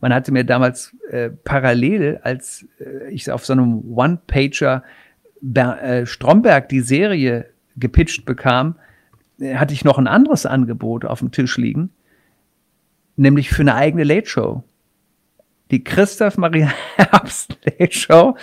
Man hatte mir damals parallel, als ich auf so einem One-Pager Stromberg die Serie gepitcht bekam, hatte ich noch ein anderes Angebot auf dem Tisch liegen, nämlich für eine eigene Late-Show. Die Christoph Maria Herbst Late-Show.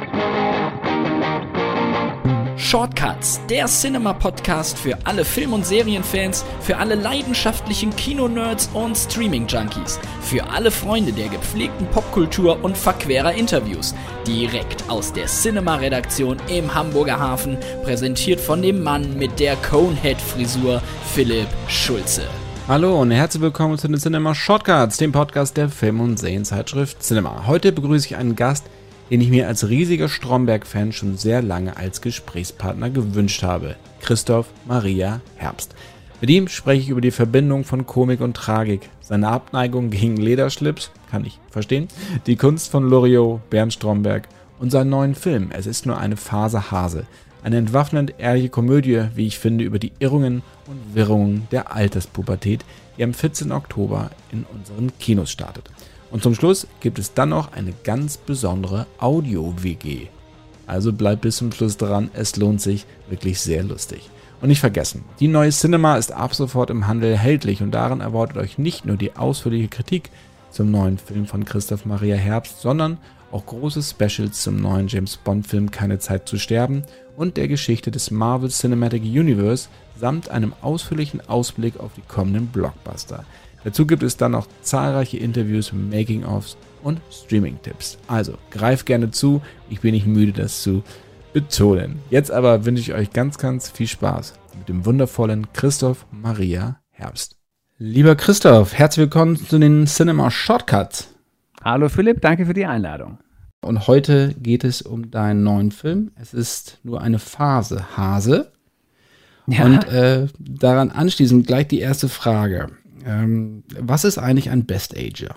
Shortcuts, der Cinema-Podcast für alle Film- und Serienfans, für alle leidenschaftlichen Kino-Nerds und Streaming-Junkies, für alle Freunde der gepflegten Popkultur und verquerer Interviews. Direkt aus der Cinema-Redaktion im Hamburger Hafen, präsentiert von dem Mann mit der Conehead-Frisur, Philipp Schulze. Hallo und herzlich willkommen zu den Cinema Shortcuts, dem Podcast der Film- und Serienzeitschrift Cinema. Heute begrüße ich einen Gast, den ich mir als riesiger Stromberg-Fan schon sehr lange als Gesprächspartner gewünscht habe. Christoph Maria Herbst. Mit ihm spreche ich über die Verbindung von Komik und Tragik, seine Abneigung gegen Lederschlips, kann ich verstehen, die Kunst von Loriot, Bernd Stromberg und seinen neuen Film Es ist nur eine Phase Hase. Eine entwaffnend ehrliche Komödie, wie ich finde, über die Irrungen und Wirrungen der Alterspubertät, die am 14. Oktober in unseren Kinos startet. Und zum Schluss gibt es dann noch eine ganz besondere Audio-WG. Also bleibt bis zum Schluss dran, es lohnt sich, wirklich sehr lustig. Und nicht vergessen, die neue Cinema ist ab sofort im Handel erhältlich und darin erwartet euch nicht nur die ausführliche Kritik zum neuen Film von Christoph Maria Herbst, sondern auch große Specials zum neuen James-Bond-Film Keine Zeit zu sterben und der Geschichte des Marvel Cinematic Universe samt einem ausführlichen Ausblick auf die kommenden Blockbuster. Dazu gibt es dann noch zahlreiche Interviews, Making-ofs und Streaming-Tipps. Also, greift gerne zu, ich bin nicht müde, das zu betonen. Jetzt aber wünsche ich euch ganz, ganz viel Spaß mit dem wundervollen Christoph Maria Herbst. Lieber Christoph, herzlich willkommen zu den Cinema Shortcuts. Hallo Philipp, danke für die Einladung. Und heute geht es um deinen neuen Film. Es ist nur eine Phase Hase. Ja. Und daran anschließend gleich die erste Frage. Was ist eigentlich ein Best-Ager?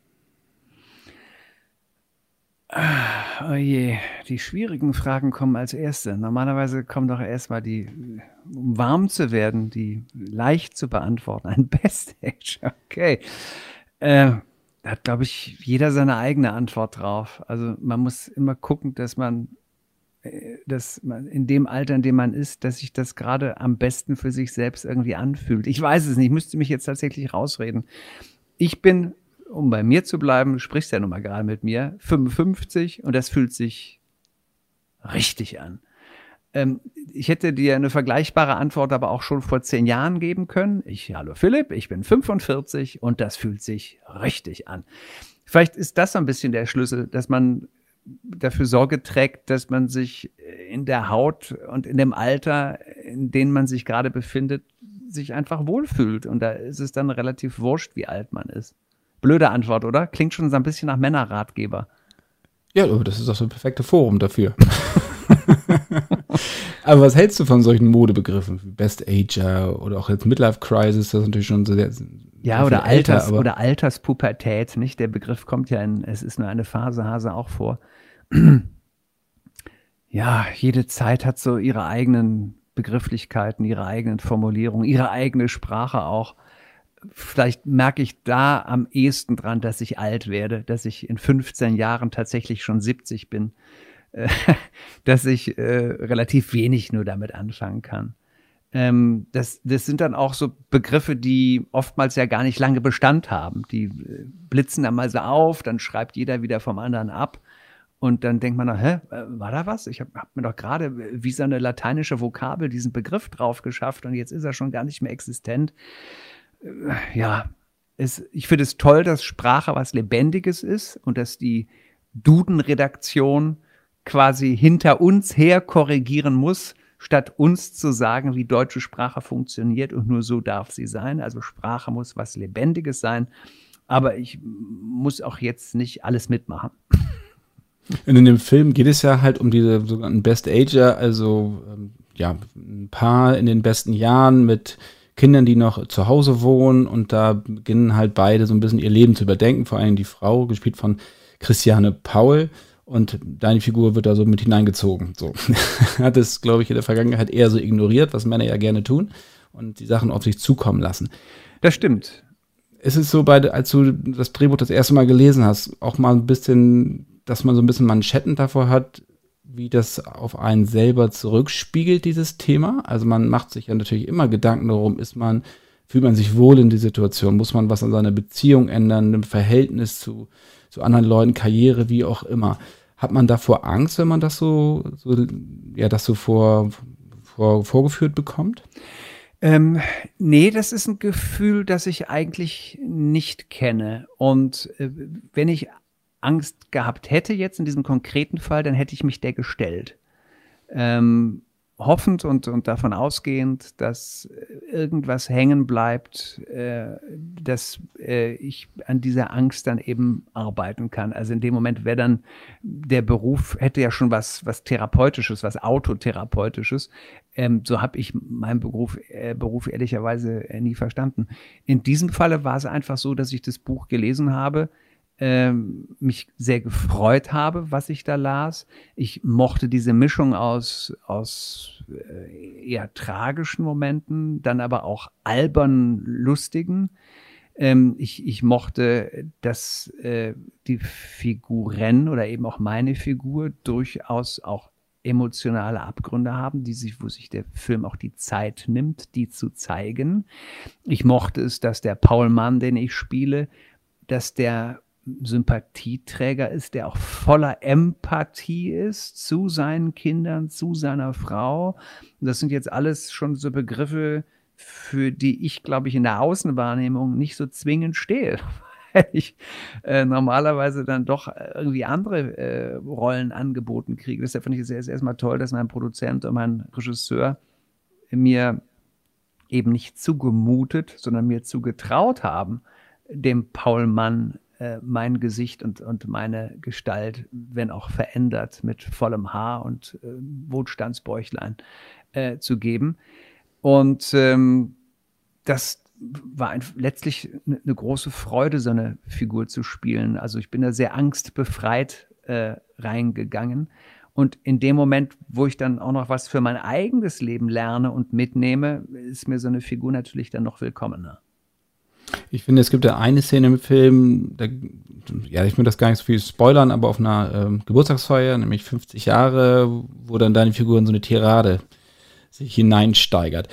Oh je, die schwierigen Fragen kommen als erste. Normalerweise kommen doch erstmal die, um warm zu werden, die leicht zu beantworten. Ein Best-Ager, okay. Da hat, glaube ich, jeder seine eigene Antwort drauf. Also man muss immer gucken, dass man in dem Alter, in dem man ist, dass sich das gerade am besten für sich selbst irgendwie anfühlt. Ich weiß es nicht, ich müsste mich jetzt tatsächlich rausreden. Ich bin, um bei mir zu bleiben, du sprichst ja nun mal gerade mit mir, 55 und das fühlt sich richtig an. Ich hätte dir eine vergleichbare Antwort aber auch schon vor 10 Jahren geben können. Hallo Philipp, ich bin 45 und das fühlt sich richtig an. Vielleicht ist das so ein bisschen der Schlüssel, dass man dafür Sorge trägt, dass man sich in der Haut und in dem Alter, in dem man sich gerade befindet, sich einfach wohlfühlt. Und da ist es dann relativ wurscht, wie alt man ist. Blöde Antwort, oder? Klingt schon so ein bisschen nach Männerratgeber. Ja, aber das ist doch so ein perfektes Forum dafür. Aber was hältst du von solchen Modebegriffen wie Best Ager oder auch jetzt Midlife Crisis? Das ist natürlich schon so sehr. Ja, oder oder Alterspubertät, nicht? Der Begriff kommt ja Es ist nur eine Phase Hase auch vor. Ja, jede Zeit hat so ihre eigenen Begrifflichkeiten, ihre eigenen Formulierungen, ihre eigene Sprache auch. Vielleicht merke ich da am ehesten dran, dass ich alt werde, dass ich in 15 Jahren tatsächlich schon 70 bin, dass ich relativ wenig nur damit anfangen kann. Das sind dann auch so Begriffe, die oftmals ja gar nicht lange Bestand haben. Die blitzen dann mal so auf, dann schreibt jeder wieder vom anderen ab. Und dann denkt man, war da was? Ich hab mir doch gerade wie so eine lateinische Vokabel diesen Begriff drauf geschafft und jetzt ist er schon gar nicht mehr existent. Ja, ich finde es toll, dass Sprache was Lebendiges ist und dass die Duden-Redaktion quasi hinter uns her korrigieren muss, statt uns zu sagen, wie deutsche Sprache funktioniert und nur so darf sie sein. Also Sprache muss was Lebendiges sein, aber ich muss auch jetzt nicht alles mitmachen. Und in dem Film geht es ja halt um diese sogenannten Best Ager, also ein Paar in den besten Jahren mit Kindern, die noch zu Hause wohnen und da beginnen halt beide so ein bisschen ihr Leben zu überdenken, vor allem die Frau, gespielt von Christiane Paul. Und deine Figur wird da so mit hineingezogen. So. Hat es, glaube ich, in der Vergangenheit eher so ignoriert, was Männer ja gerne tun und die Sachen auf sich zukommen lassen. Das stimmt. Ist es so, als du das Drehbuch das erste Mal gelesen hast, auch mal ein bisschen, dass man so ein bisschen Manschetten davor hat, wie das auf einen selber zurückspiegelt, dieses Thema? Also man macht sich ja natürlich immer Gedanken darum, fühlt man sich wohl in die Situation, muss man was an seiner Beziehung ändern, im Verhältnis zu anderen Leuten, Karriere, wie auch immer. Hat man davor Angst, wenn man das vorgeführt bekommt? Nee, das ist ein Gefühl, das ich eigentlich nicht kenne. Und wenn ich Angst gehabt hätte jetzt in diesem konkreten Fall, dann hätte ich mich der gestellt. Hoffend und davon ausgehend, dass irgendwas hängen bleibt, dass ich an dieser Angst dann eben arbeiten kann. Also in dem Moment wäre dann der Beruf, hätte ja schon was Therapeutisches, was Autotherapeutisches. So habe ich meinen Beruf ehrlicherweise nie verstanden. In diesem Falle war es einfach so, dass ich das Buch gelesen habe, mich sehr gefreut habe, was ich da las. Ich mochte diese Mischung aus eher tragischen Momenten, dann aber auch albern lustigen. Ich mochte, dass die Figuren oder eben auch meine Figur durchaus auch emotionale Abgründe haben, wo sich der Film auch die Zeit nimmt, die zu zeigen. Ich mochte es, dass der Paul Mann, den ich spiele, dass der Sympathieträger ist, der auch voller Empathie ist zu seinen Kindern, zu seiner Frau. Das sind jetzt alles schon so Begriffe, für die ich, glaube ich, in der Außenwahrnehmung nicht so zwingend stehe. Weil ich normalerweise dann doch irgendwie andere Rollen angeboten kriege. Deshalb fand ich es erstmal toll, dass mein Produzent und mein Regisseur mir eben nicht zugemutet, sondern mir zugetraut haben, dem Paul Mann mein Gesicht und meine Gestalt, wenn auch verändert, mit vollem Haar und Wohlstandsbäuchlein zu geben. Und das war letztlich eine große Freude, so eine Figur zu spielen. Also ich bin da sehr angstbefreit reingegangen. Und in dem Moment, wo ich dann auch noch was für mein eigenes Leben lerne und mitnehme, ist mir so eine Figur natürlich dann noch willkommener. Ich finde, es gibt ja eine Szene im Film, ich will das gar nicht so viel spoilern, aber auf einer Geburtstagsfeier, nämlich 50 Jahre, wo dann deine Figur in so eine Tirade sich hineinsteigert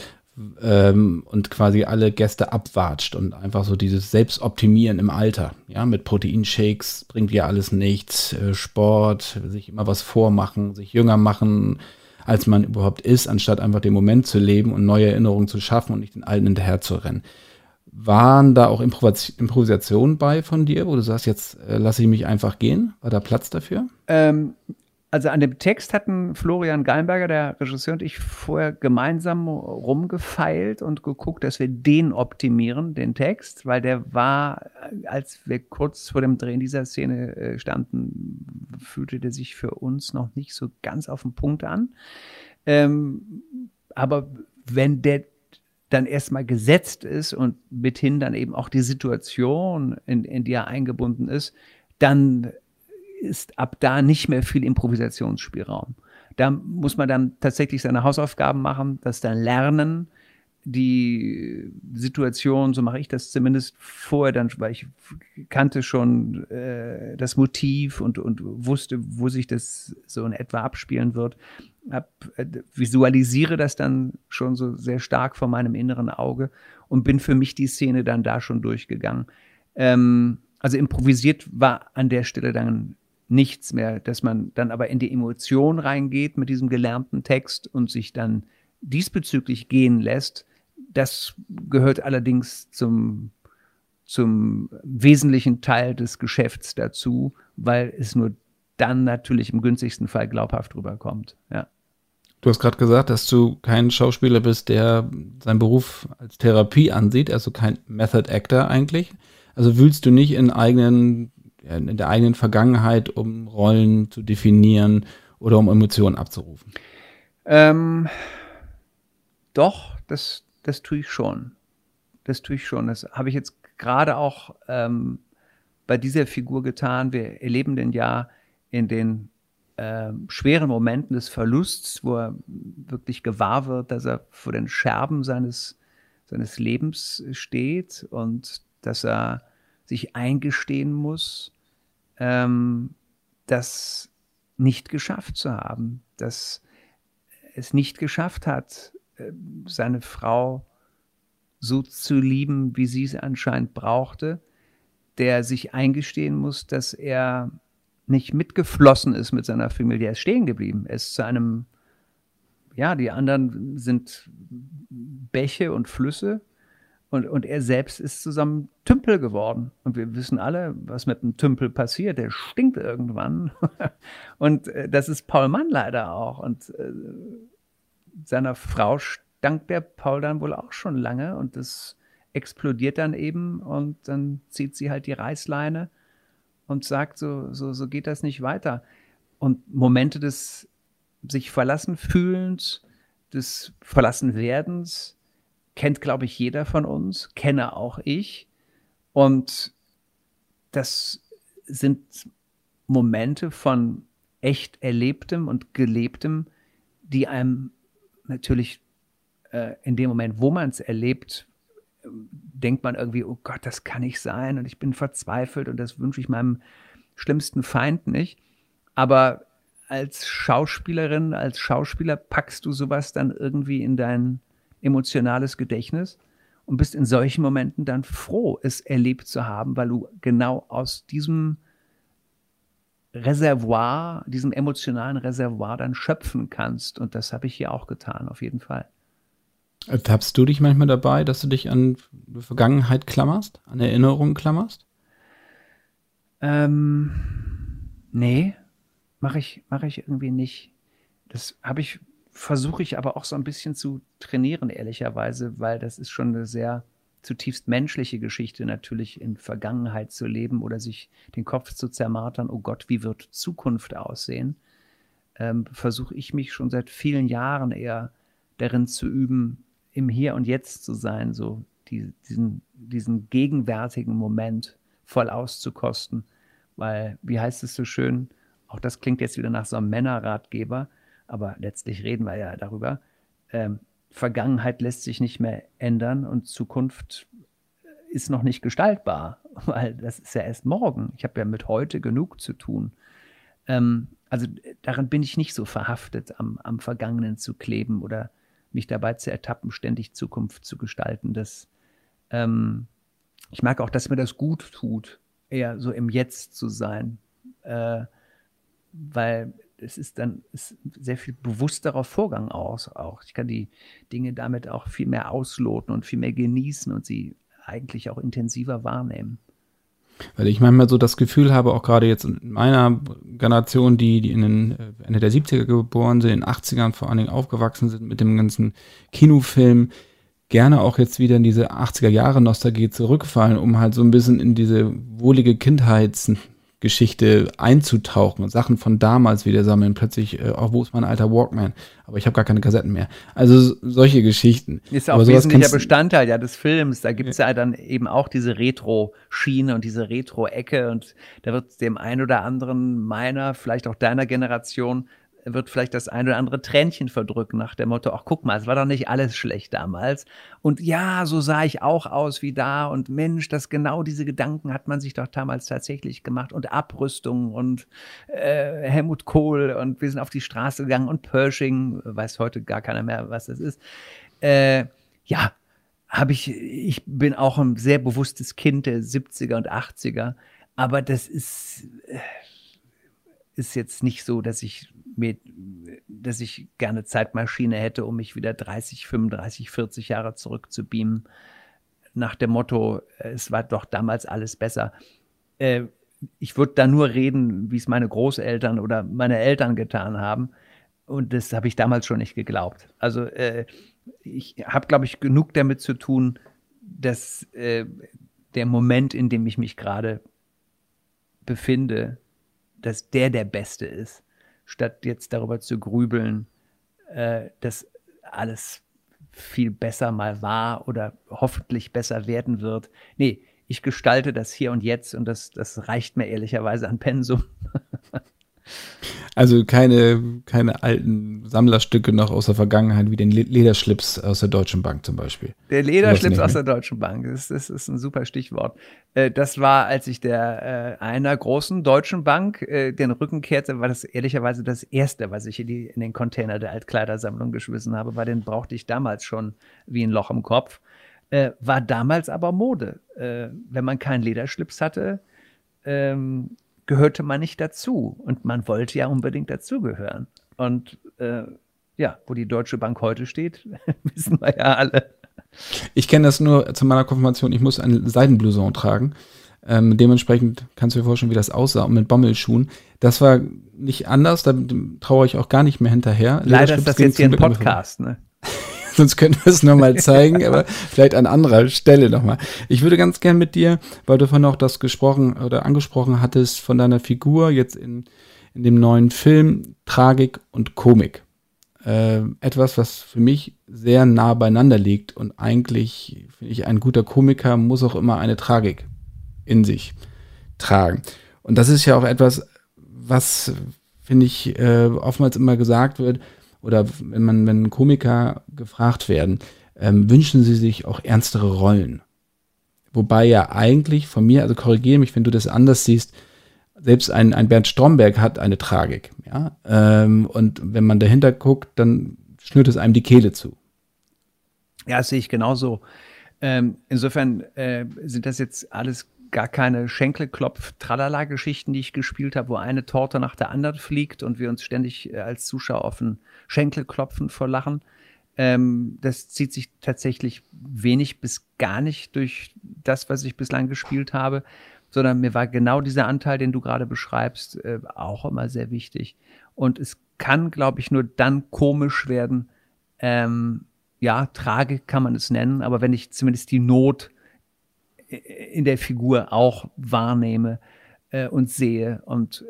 und quasi alle Gäste abwatscht und einfach so dieses Selbstoptimieren im Alter, ja, mit Proteinshakes bringt ja alles nichts, Sport, sich immer was vormachen, sich jünger machen, als man überhaupt ist, anstatt einfach den Moment zu leben und neue Erinnerungen zu schaffen und nicht den alten hinterher zu rennen. Waren da auch Improvisationen bei von dir, wo du sagst, jetzt lasse ich mich einfach gehen? War da Platz dafür? Also an dem Text hatten Florian Gallenberger, der Regisseur, und ich vorher gemeinsam rumgefeilt und geguckt, dass wir den optimieren, den Text, weil der war, als wir kurz vor dem Drehen dieser Szene standen, fühlte der sich für uns noch nicht so ganz auf den Punkt an. Aber wenn der dann erstmal gesetzt ist und mithin dann eben auch die Situation, in die er eingebunden ist, dann ist ab da nicht mehr viel Improvisationsspielraum. Da muss man dann tatsächlich seine Hausaufgaben machen, das dann lernen, die Situation, so mache ich das zumindest vorher dann, weil ich kannte schon das Motiv und wusste, wo sich das so in etwa abspielen wird. Visualisiere das dann schon so sehr stark vor meinem inneren Auge und bin für mich die Szene dann da schon durchgegangen. Also improvisiert war an der Stelle dann nichts mehr, dass man dann aber in die Emotion reingeht mit diesem gelernten Text und sich dann diesbezüglich gehen lässt. Das gehört allerdings zum wesentlichen Teil des Geschäfts dazu, weil es nur dann natürlich im günstigsten Fall glaubhaft rüberkommt. Ja. Du hast gerade gesagt, dass du kein Schauspieler bist, der seinen Beruf als Therapie ansieht, also kein Method Actor eigentlich. Also wühlst du nicht in der eigenen Vergangenheit, um Rollen zu definieren oder um Emotionen abzurufen? Doch, das tue ich schon. Das tue ich schon. Das habe ich jetzt gerade auch bei dieser Figur getan. Wir erleben den ja in den schweren Momenten des Verlusts, wo er wirklich gewahr wird, dass er vor den Scherben seines Lebens steht und dass er sich eingestehen muss, das nicht geschafft zu haben, dass es nicht geschafft hat, seine Frau so zu lieben, wie sie es anscheinend brauchte, der sich eingestehen muss, dass er nicht mitgeflossen ist mit seiner Familie. Er ist stehen geblieben. Er ist zu einem, ja, die anderen sind Bäche und Flüsse und er selbst ist zu so einem Tümpel geworden. Und wir wissen alle, was mit einem Tümpel passiert. Der stinkt irgendwann. Und das ist Paul Mann leider auch. Und seiner Frau stank der Paul dann wohl auch schon lange und das explodiert dann eben und dann zieht sie halt die Reißleine und sagt, so geht das nicht weiter. Und Momente des sich verlassen fühlens, des Verlassenwerdens kennt, glaube ich, jeder von uns, kenne auch ich. Und das sind Momente von echt Erlebtem und Gelebtem, die einem natürlich in dem Moment, wo man es erlebt, denkt man irgendwie, oh Gott, das kann nicht sein und ich bin verzweifelt und das wünsche ich meinem schlimmsten Feind nicht. Aber als Schauspielerin, als Schauspieler packst du sowas dann irgendwie in dein emotionales Gedächtnis und bist in solchen Momenten dann froh, es erlebt zu haben, weil du genau aus diesem Reservoir, diesem emotionalen Reservoir dann schöpfen kannst. Und das habe ich hier auch getan, auf jeden Fall. Ertappst du dich manchmal dabei, dass du dich an die Vergangenheit klammerst, an Erinnerungen klammerst? Nee, mache ich irgendwie nicht. Das versuche ich aber auch so ein bisschen zu trainieren, ehrlicherweise, weil das ist schon eine sehr zutiefst menschliche Geschichte, natürlich in Vergangenheit zu leben oder sich den Kopf zu zermartern, oh Gott, wie wird Zukunft aussehen? Versuche ich mich schon seit vielen Jahren eher darin zu üben, im Hier und Jetzt zu sein, so diesen gegenwärtigen Moment voll auszukosten. Weil, wie heißt es so schön, auch das klingt jetzt wieder nach so einem Männerratgeber, aber letztlich reden wir ja darüber, Vergangenheit lässt sich nicht mehr ändern und Zukunft ist noch nicht gestaltbar, weil das ist ja erst morgen. Ich habe ja mit heute genug zu tun. Also daran bin ich nicht so verhaftet, am Vergangenen zu kleben oder mich dabei zu ertappen, ständig Zukunft zu gestalten. Ich merke auch, dass mir das gut tut, eher so im Jetzt zu sein, weil es ist sehr viel bewussterer Vorgang auch. Ich kann die Dinge damit auch viel mehr ausloten und viel mehr genießen und sie eigentlich auch intensiver wahrnehmen. Weil ich manchmal so das Gefühl habe, auch gerade jetzt in meiner Generation, die in den Ende der 70er geboren sind, in den 80ern vor allen Dingen aufgewachsen sind mit dem ganzen Kinofilm, gerne auch jetzt wieder in diese 80er-Jahre-Nostalgie zurückfallen, um halt so ein bisschen in diese wohlige Kindheitsgeschichte einzutauchen und Sachen von damals wieder sammeln. Plötzlich, wo ist mein alter Walkman? Aber ich habe gar keine Kassetten mehr. Also solche Geschichten. Ist auch ein wesentlicher Bestandteil des Films. Da gibt es ja dann eben auch diese Retro-Schiene und diese Retro-Ecke und da wird dem einen oder anderen meiner, vielleicht auch deiner Generation, wird vielleicht das ein oder andere Tränchen verdrücken nach dem Motto, ach guck mal, es war doch nicht alles schlecht damals. Und ja, so sah ich auch aus wie da und Mensch, genau diese Gedanken hat man sich doch damals tatsächlich gemacht und Abrüstung und Helmut Kohl und wir sind auf die Straße gegangen und Pershing, weiß heute gar keiner mehr, was das ist. Ich bin auch ein sehr bewusstes Kind der 70er und 80er, aber das ist jetzt nicht so, dass ich gerne Zeitmaschine hätte, um mich wieder 30, 35, 40 Jahre zurückzubeamen, nach dem Motto, es war doch damals alles besser. Ich würde da nur reden, wie es meine Großeltern oder meine Eltern getan haben. Und das habe ich damals schon nicht geglaubt. Also ich habe, glaube ich, genug damit zu tun, dass der Moment, in dem ich mich gerade befinde, dass der Beste ist, statt jetzt darüber zu grübeln, dass alles viel besser mal war oder hoffentlich besser werden wird. Nee, ich gestalte das hier und jetzt und das reicht mir ehrlicherweise an Pensum. Also keine alten Sammlerstücke noch aus der Vergangenheit, wie den Lederschlips aus der Deutschen Bank zum Beispiel. Der Lederschlips aus der Deutschen Bank, das ist ein super Stichwort. Das war, als ich einer großen Deutschen Bank den Rücken kehrte, war das ehrlicherweise das Erste, was ich in den Container der Altkleidersammlung geschmissen habe, weil den brauchte ich damals schon wie ein Loch im Kopf. War damals aber Mode. Wenn man keinen Lederschlips hatte, gehörte man nicht dazu. Und man wollte ja unbedingt dazugehören. Und wo die Deutsche Bank heute steht, wissen wir ja alle. Ich kenne das nur zu meiner Konfirmation. Ich muss einen Seidenblouson tragen. Dementsprechend kannst du dir vorstellen, wie das aussah. Und mit Bommelschuhen. Das war nicht anders. Da traue ich auch gar nicht mehr hinterher. Leider ist das jetzt hier ein Podcast, ne? Sonst können wir es nochmal zeigen, aber vielleicht an anderer Stelle nochmal. Ich würde ganz gern mit dir, weil du vorhin auch das angesprochen hattest, von deiner Figur jetzt in dem neuen Film Tragik und Komik. Etwas, was für mich sehr nah beieinander liegt und eigentlich, finde ich, ein guter Komiker muss auch immer eine Tragik in sich tragen. Und das ist ja auch etwas, was, finde ich, oftmals immer gesagt wird, oder wenn Komiker gefragt werden, wünschen sie sich auch ernstere Rollen. Wobei ja eigentlich von mir, also korrigiere mich, wenn du das anders siehst, selbst ein Bernd Stromberg hat eine Tragik. Ja? Und wenn man dahinter guckt, dann schnürt es einem die Kehle zu. Ja, das sehe ich genauso. Insofern sind das jetzt alles gar keine Schenkelklopf-Tralala-Geschichten, die ich gespielt habe, wo eine Torte nach der anderen fliegt und wir uns ständig als Zuschauer auf den Schenkel klopfen vor Lachen. Das zieht sich tatsächlich wenig bis gar nicht durch das, was ich bislang gespielt habe, sondern mir war genau dieser Anteil, den du gerade beschreibst, auch immer sehr wichtig. Und es kann, glaube ich, nur dann komisch werden, Tragik kann man es nennen, aber wenn ich zumindest die Not in der Figur auch wahrnehme und sehe und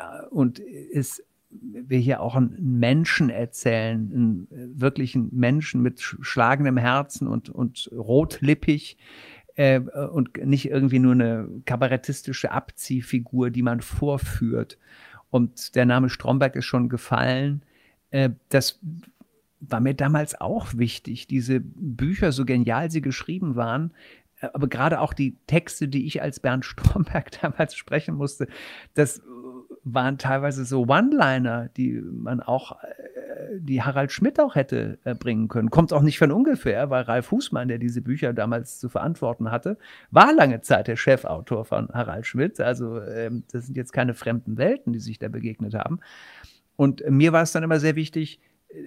wir hier auch einen Menschen erzählen, einen wirklichen Menschen mit schlagendem Herzen und rotlippig und nicht irgendwie nur eine kabarettistische Abziehfigur, die man vorführt. Und der Name Stromberg ist schon gefallen. Das war mir damals auch wichtig, diese Bücher, so genial sie geschrieben waren, aber gerade auch die Texte, die ich als Bernd Stromberg damals sprechen musste, das waren teilweise so One-Liner, die Harald Schmidt auch hätte bringen können. Kommt auch nicht von ungefähr, weil Ralf Husmann, der diese Bücher damals zu verantworten hatte, war lange Zeit der Chefautor von Harald Schmidt. Also das sind jetzt keine fremden Welten, die sich da begegnet haben. Und mir war es dann immer sehr wichtig,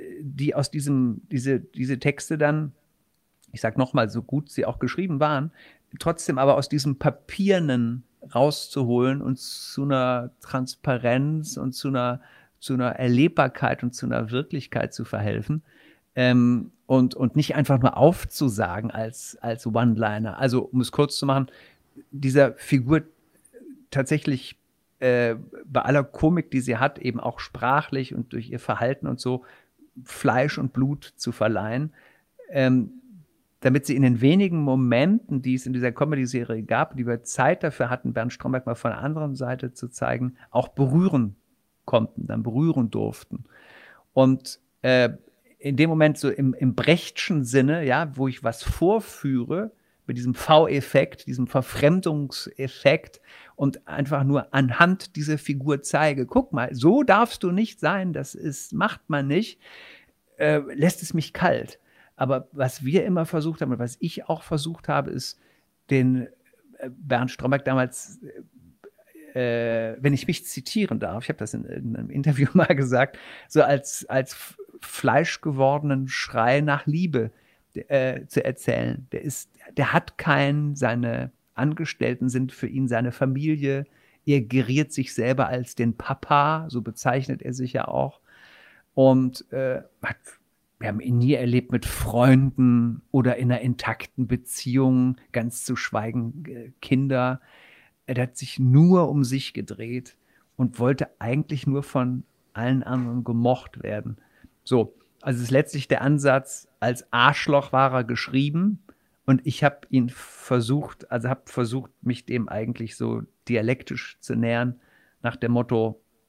diese Texte dann, ich sag nochmal, so gut sie auch geschrieben waren, trotzdem aber aus diesem Papiernen rauszuholen und zu einer Transparenz und zu einer Erlebbarkeit und zu einer Wirklichkeit zu verhelfen und nicht einfach nur aufzusagen als One-Liner. Also, um es kurz zu machen, dieser Figur tatsächlich bei aller Komik, die sie hat, eben auch sprachlich und durch ihr Verhalten und so Fleisch und Blut zu verleihen, damit sie in den wenigen Momenten, die es in dieser Comedy-Serie gab, die wir Zeit dafür hatten, Bernd Stromberg mal von der anderen Seite zu zeigen, auch berühren konnten, dann berühren durften. Und in dem Moment so im Brechtschen Sinne, ja, wo ich was vorführe, mit diesem V-Effekt, diesem Verfremdungseffekt und einfach nur anhand dieser Figur zeige, guck mal, so darfst du nicht sein, macht man nicht, lässt es mich kalt. Aber was wir immer versucht haben und was ich auch versucht habe, ist den Bernd Stromberg damals, wenn ich mich zitieren darf, ich habe das in irgendeinem Interview mal gesagt, so als fleischgewordenen Schrei nach Liebe zu erzählen. Der hat seine Angestellten sind für ihn seine Familie. Er geriert sich selber als den Papa, so bezeichnet er sich ja auch. Und wir haben ihn nie erlebt mit Freunden oder in einer intakten Beziehung, ganz zu schweigen Kinder. Er hat sich nur um sich gedreht und wollte eigentlich nur von allen anderen gemocht werden. So, also es ist letztlich der Ansatz, als Arschloch war er geschrieben und ich habe versucht, mich dem eigentlich so dialektisch zu nähern, nach dem Motto,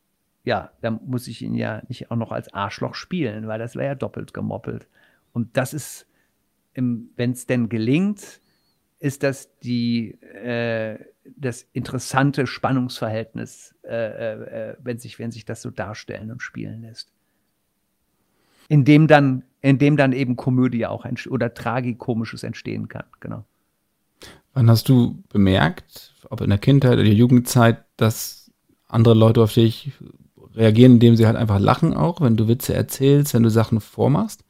ja, dann muss ich ihn ja nicht auch noch als Arschloch spielen, weil das wäre ja doppelt gemoppelt. Und das ist, wenn es denn gelingt, ist das das interessante Spannungsverhältnis, wenn sich das so darstellen und spielen lässt. In dem dann eben Komödie auch oder Tragikomisches entstehen kann, genau. Wann hast du bemerkt, ob in der Kindheit oder der Jugendzeit, dass andere Leute auf dich reagieren, indem sie halt einfach lachen auch, wenn du Witze erzählst, wenn du Sachen vormachst?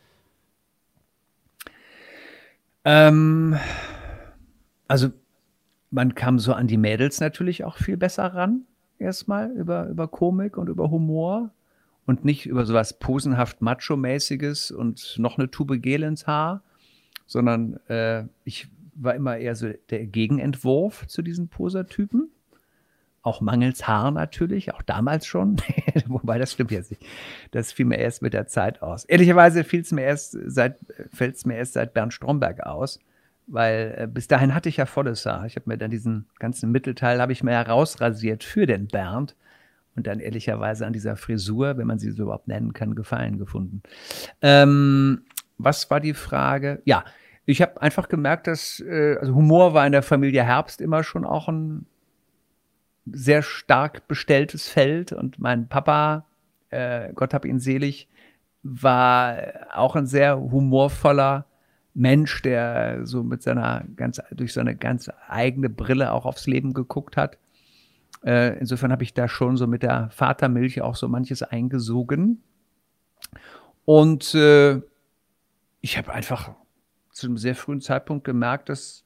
Also man kam so an die Mädels natürlich auch viel besser ran, erstmal über Komik und über Humor und nicht über sowas posenhaft Macho-mäßiges und noch eine Tube Gel ins Haar, sondern ich war immer eher so der Gegenentwurf zu diesen Posertypen. Auch mangels Haar natürlich, auch damals schon. Wobei, das stimmt jetzt nicht. Das fiel mir erst mit der Zeit aus. Ehrlicherweise fällt es mir erst seit Bernd Stromberg aus, weil bis dahin hatte ich ja volles Haar. Ich habe mir dann diesen ganzen Mittelteil habe ich mir herausrasiert für den Bernd und dann ehrlicherweise an dieser Frisur, wenn man sie so überhaupt nennen kann, Gefallen gefunden. Was war die Frage? Ja, ich habe einfach gemerkt, dass also Humor war in der Familie Herbst immer schon auch ein sehr stark bestelltes Feld und mein Papa, Gott hab ihn selig, war auch ein sehr humorvoller Mensch, der so durch seine ganz eigene Brille auch aufs Leben geguckt hat. Insofern habe ich da schon so mit der Vatermilch auch so manches eingesogen. Und ich habe einfach zu einem sehr frühen Zeitpunkt gemerkt, dass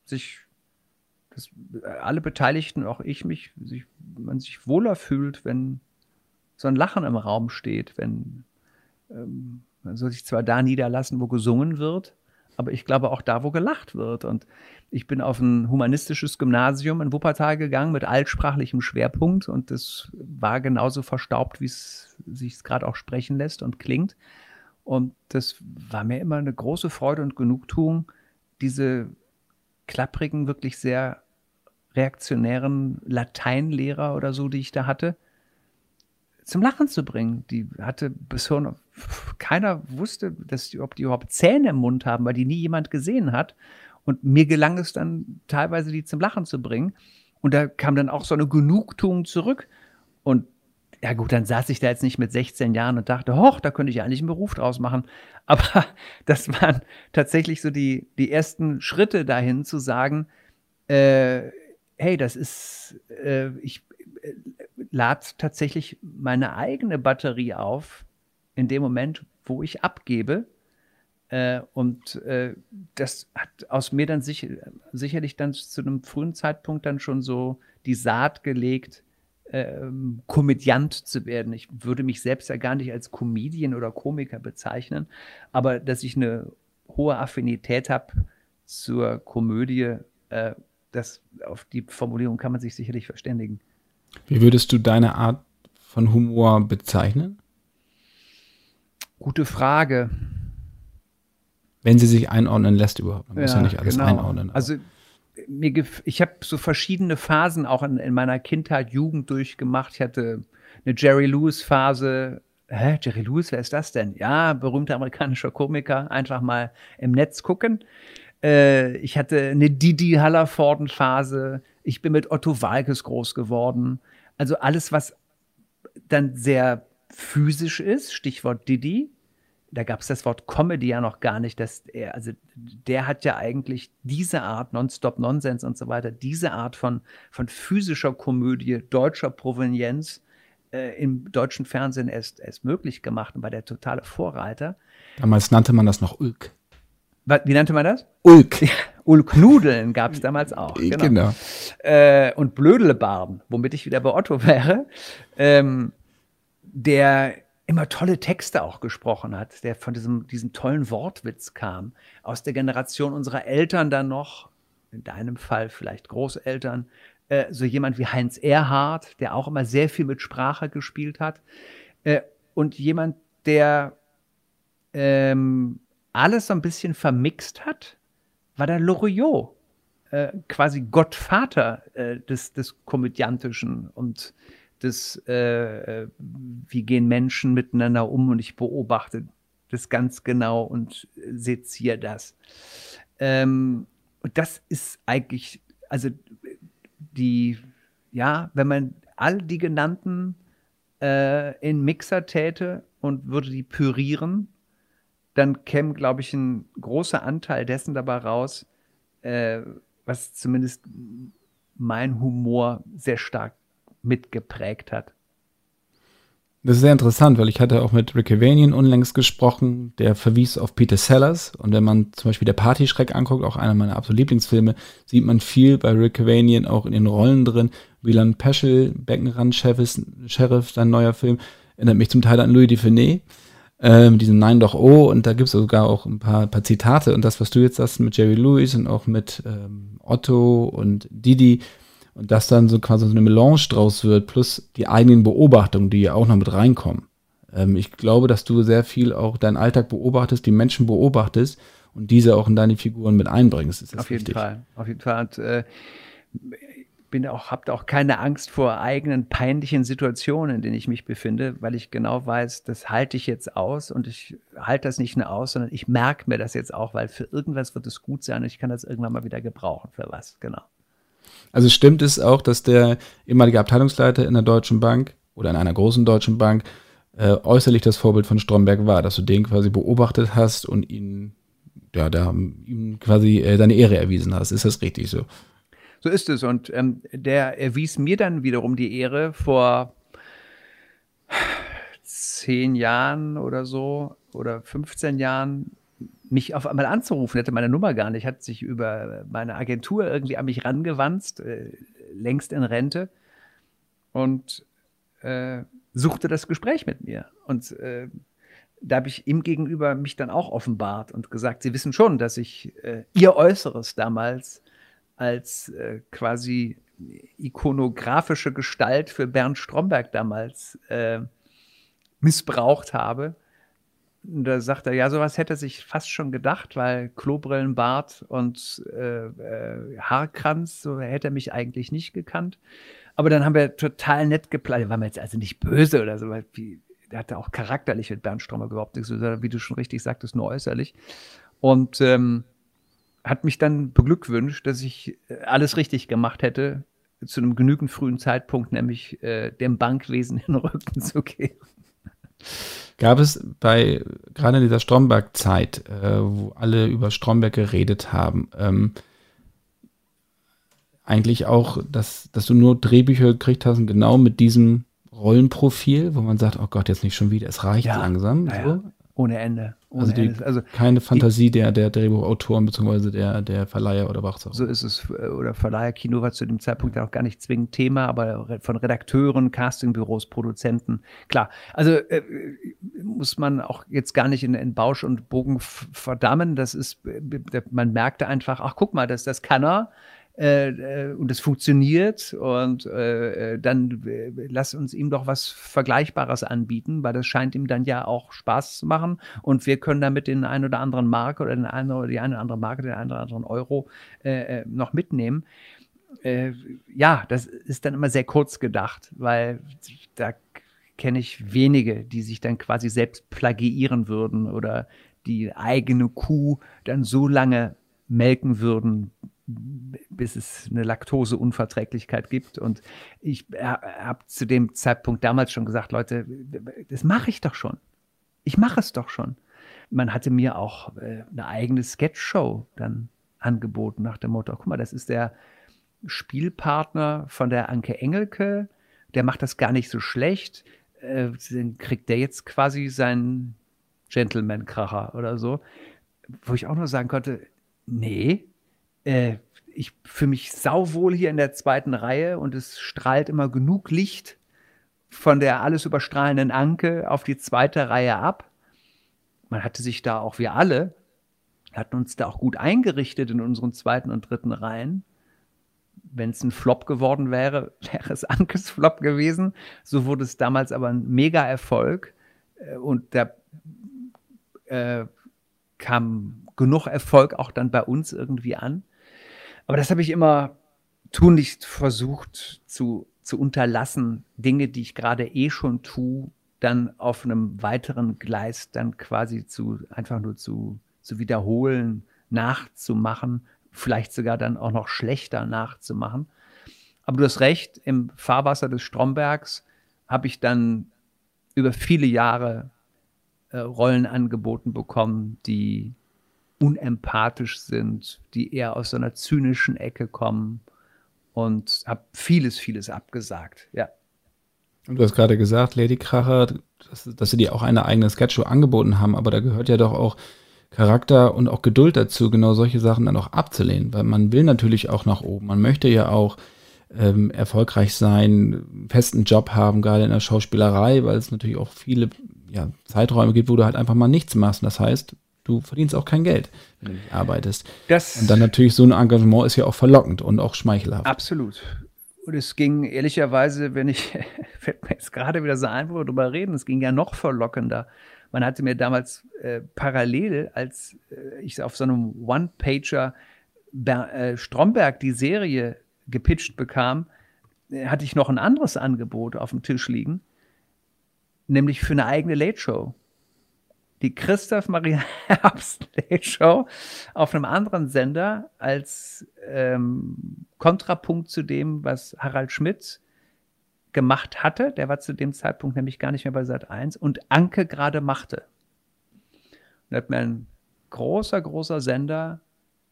alle Beteiligten, auch ich man sich wohler fühlt, wenn so ein Lachen im Raum steht, wenn man soll sich zwar da niederlassen, wo gesungen wird, aber ich glaube auch da, wo gelacht wird. Und ich bin auf ein humanistisches Gymnasium in Wuppertal gegangen mit altsprachlichem Schwerpunkt und das war genauso verstaubt, wie es sich gerade auch sprechen lässt und klingt. Und das war mir immer eine große Freude und Genugtuung, diese klapprigen, wirklich sehr reaktionären Lateinlehrer oder so, die ich da hatte, zum Lachen zu bringen. Die hatte bisher noch, keiner wusste, ob die überhaupt Zähne im Mund haben, weil die nie jemand gesehen hat. Und mir gelang es dann teilweise, die zum Lachen zu bringen. Und da kam dann auch so eine Genugtuung zurück. Und ja gut, dann saß ich da jetzt nicht mit 16 Jahren und dachte, hoch, da könnte ich eigentlich einen Beruf draus machen. Aber das waren tatsächlich so die ersten Schritte dahin zu sagen, hey, ich lade tatsächlich meine eigene Batterie auf in dem Moment, wo ich abgebe. Und das hat aus mir dann sicherlich dann zu einem frühen Zeitpunkt dann schon so die Saat gelegt, Komödiant zu werden. Ich würde mich selbst ja gar nicht als Comedian oder Komiker bezeichnen, aber dass ich eine hohe Affinität habe zur Komödie, auf die Formulierung kann man sich sicherlich verständigen. Wie würdest du deine Art von Humor bezeichnen? Gute Frage. Wenn sie sich einordnen lässt überhaupt. Man muss ja nicht alles einordnen. Aber. Also ich habe so verschiedene Phasen auch in meiner Kindheit, Jugend durchgemacht. Ich hatte eine Jerry Lewis-Phase. Jerry Lewis, wer ist das denn? Ja, berühmter amerikanischer Komiker. Einfach mal im Netz gucken. Ich hatte eine Didi Hallervorden-Phase. Ich bin mit Otto Waalkes groß geworden. Also alles, was dann sehr physisch ist, Stichwort Didi. Da gab es das Wort Comedy ja noch gar nicht. Der hat ja eigentlich diese Art, Nonstop Nonsense und so weiter, diese Art von physischer Komödie, deutscher Provenienz im deutschen Fernsehen erst möglich gemacht und war der totale Vorreiter. Damals nannte man das noch Ulk. Wie nannte man das? Ulk. Ja, Ulk-Nudeln gab es damals auch. Genau. Und Blödelebarden, womit ich wieder bei Otto wäre, der immer tolle Texte auch gesprochen hat, der von diesem tollen Wortwitz kam, aus der Generation unserer Eltern dann noch, in deinem Fall vielleicht Großeltern, so jemand wie Heinz Erhardt, der auch immer sehr viel mit Sprache gespielt hat, und jemand, der alles so ein bisschen vermixt hat, war der Loriot, quasi Gottvater des Komödiantischen und wie gehen Menschen miteinander um und ich beobachte das ganz genau und seziere das. Und das ist eigentlich, also wenn man all die genannten in Mixer täte und würde die pürieren, dann käme, glaube ich, ein großer Anteil dessen dabei raus, was zumindest mein Humor sehr stark mitgeprägt hat. Das ist sehr interessant, weil ich hatte auch mit Rick Avanian unlängst gesprochen, der verwies auf Peter Sellers. Und wenn man zum Beispiel der Partyschreck anguckt, auch einer meiner absoluten Lieblingsfilme, sieht man viel bei Rick Avanian auch in den Rollen drin. Wieland Peschel, Beckenrand-Sheriff, sein neuer Film, erinnert mich zum Teil an Louis Dufiné, diesen Nein doch oh, und da gibt es sogar auch ein paar Zitate. Und das, was du jetzt sagst mit Jerry Lewis und auch mit Otto und Didi, und dass dann so quasi so eine Melange draus wird, plus die eigenen Beobachtungen, die ja auch noch mit reinkommen. Ich glaube, dass du sehr viel auch deinen Alltag beobachtest, die Menschen beobachtest und diese auch in deine Figuren mit einbringst. Ist das richtig? Auf jeden Fall. Und habe auch keine Angst vor eigenen peinlichen Situationen, in denen ich mich befinde, weil ich genau weiß, das halte ich jetzt aus und ich halte das nicht nur aus, sondern ich merke mir das jetzt auch, weil für irgendwas wird es gut sein und ich kann das irgendwann mal wieder gebrauchen. Für was, genau. Also stimmt es auch, dass der ehemalige Abteilungsleiter in der Deutschen Bank oder in einer großen deutschen Bank äußerlich das Vorbild von Stromberg war, dass du den quasi beobachtet hast und ihm quasi seine Ehre erwiesen hast. Ist das richtig so? So ist es. Und der erwies mir dann wiederum die Ehre vor 10 Jahren oder so oder 15 Jahren, mich auf einmal anzurufen, hatte meine Nummer gar nicht, hat sich über meine Agentur irgendwie an mich rangewanzt, längst in Rente, und suchte das Gespräch mit mir. Und da habe ich ihm gegenüber mich dann auch offenbart und gesagt, Sie wissen schon, dass ich Ihr Äußeres damals als quasi ikonografische Gestalt für Bernd Stromberg damals missbraucht habe. Und da sagt er, ja, sowas hätte er sich fast schon gedacht, weil Klobrillenbart und Haarkranz, so hätte er mich eigentlich nicht gekannt. Aber dann haben wir total nett geplaudert. War mir jetzt also nicht böse oder so, weil der hatte auch charakterlich mit Bernd Stromberg überhaupt nichts, wie du schon richtig sagtest, nur äußerlich. Und hat mich dann beglückwünscht, dass ich alles richtig gemacht hätte, zu einem genügend frühen Zeitpunkt, nämlich dem Bankwesen in den Rücken zu gehen. Gab es gerade in dieser Stromberg-Zeit, wo alle über Stromberg geredet haben, eigentlich auch, dass du nur Drehbücher gekriegt hast, genau mit diesem Rollenprofil, wo man sagt, oh Gott, jetzt nicht schon wieder, es reicht langsam. Ja, so? Ohne Ende. Also keine Fantasie der Drehbuchautoren bzw. der Verleiher oder was auch. So ist es. Oder Verleiher, Kino war zu dem Zeitpunkt auch gar nicht zwingend Thema, aber von Redakteuren, Castingbüros, Produzenten. Klar, also muss man auch jetzt gar nicht in Bausch und Bogen verdammen. Das ist, man merkte einfach, ach guck mal, das kann er. Und es funktioniert und dann lass uns ihm doch was Vergleichbares anbieten, weil das scheint ihm dann ja auch Spaß zu machen und wir können damit den einen oder anderen Mark oder die eine oder andere Marke, den einen oder anderen Euro noch mitnehmen. Ja, das ist dann immer sehr kurz gedacht, weil da kenne ich wenige, die sich dann quasi selbst plagiieren würden oder die eigene Kuh dann so lange melken würden, bis es eine Laktoseunverträglichkeit gibt. Und ich habe zu dem Zeitpunkt damals schon gesagt, Leute, das mache ich doch schon. Ich mache es doch schon. Man hatte mir auch eine eigene Sketchshow dann angeboten nach dem Motto, guck mal, das ist der Spielpartner von der Anke Engelke, der macht das gar nicht so schlecht. Dann kriegt der jetzt quasi seinen Gentleman-Kracher oder so. Wo ich auch nur sagen konnte, nee, ich fühle mich sauwohl hier in der zweiten Reihe und es strahlt immer genug Licht von der alles überstrahlenden Anke auf die zweite Reihe ab. Man hatte sich da auch, wir alle, hatten uns da auch gut eingerichtet in unseren zweiten und dritten Reihen. Wenn es ein Flop geworden wäre, wäre es Ankes Flop gewesen. So wurde es damals aber ein Mega-Erfolg und da kam genug Erfolg auch dann bei uns irgendwie an. Aber das habe ich immer tunlichst versucht zu zu unterlassen, Dinge, die ich gerade schon tue, dann auf einem weiteren Gleis dann quasi einfach nur zu wiederholen, nachzumachen, vielleicht sogar dann auch noch schlechter nachzumachen. Aber du hast recht, im Fahrwasser des Strombergs habe ich dann über viele Jahre Rollen angeboten bekommen, die unempathisch sind, die eher aus so einer zynischen Ecke kommen, und habe vieles abgesagt, ja. Und du hast gerade gesagt, Ladykracher, dass sie dir auch eine eigene Sketchshow angeboten haben, aber da gehört ja doch auch Charakter und auch Geduld dazu, genau solche Sachen dann auch abzulehnen, weil man will natürlich auch nach oben. Man möchte ja auch erfolgreich sein, einen festen Job haben, gerade in der Schauspielerei, weil es natürlich auch viele Zeiträume gibt, wo du halt einfach mal nichts machst. Und das heißt, du verdienst auch kein Geld, wenn du nicht arbeitest. Und dann natürlich so ein Engagement ist ja auch verlockend und auch schmeichelhaft. Absolut. Und es ging ehrlicherweise, fällt mir jetzt gerade wieder so ein, wo wir drüber reden, es ging ja noch verlockender. Man hatte mir damals parallel, als ich auf so einem One-Pager Stromberg die Serie gepitcht bekam, hatte ich noch ein anderes Angebot auf dem Tisch liegen, nämlich für eine eigene Late-Show. Die Christoph Maria Herbst Late-Show auf einem anderen Sender als Kontrapunkt zu dem, was Harald Schmidt gemacht hatte. Der war zu dem Zeitpunkt nämlich gar nicht mehr bei Sat.1 und Anke gerade machte. Und da hat mir ein großer Sender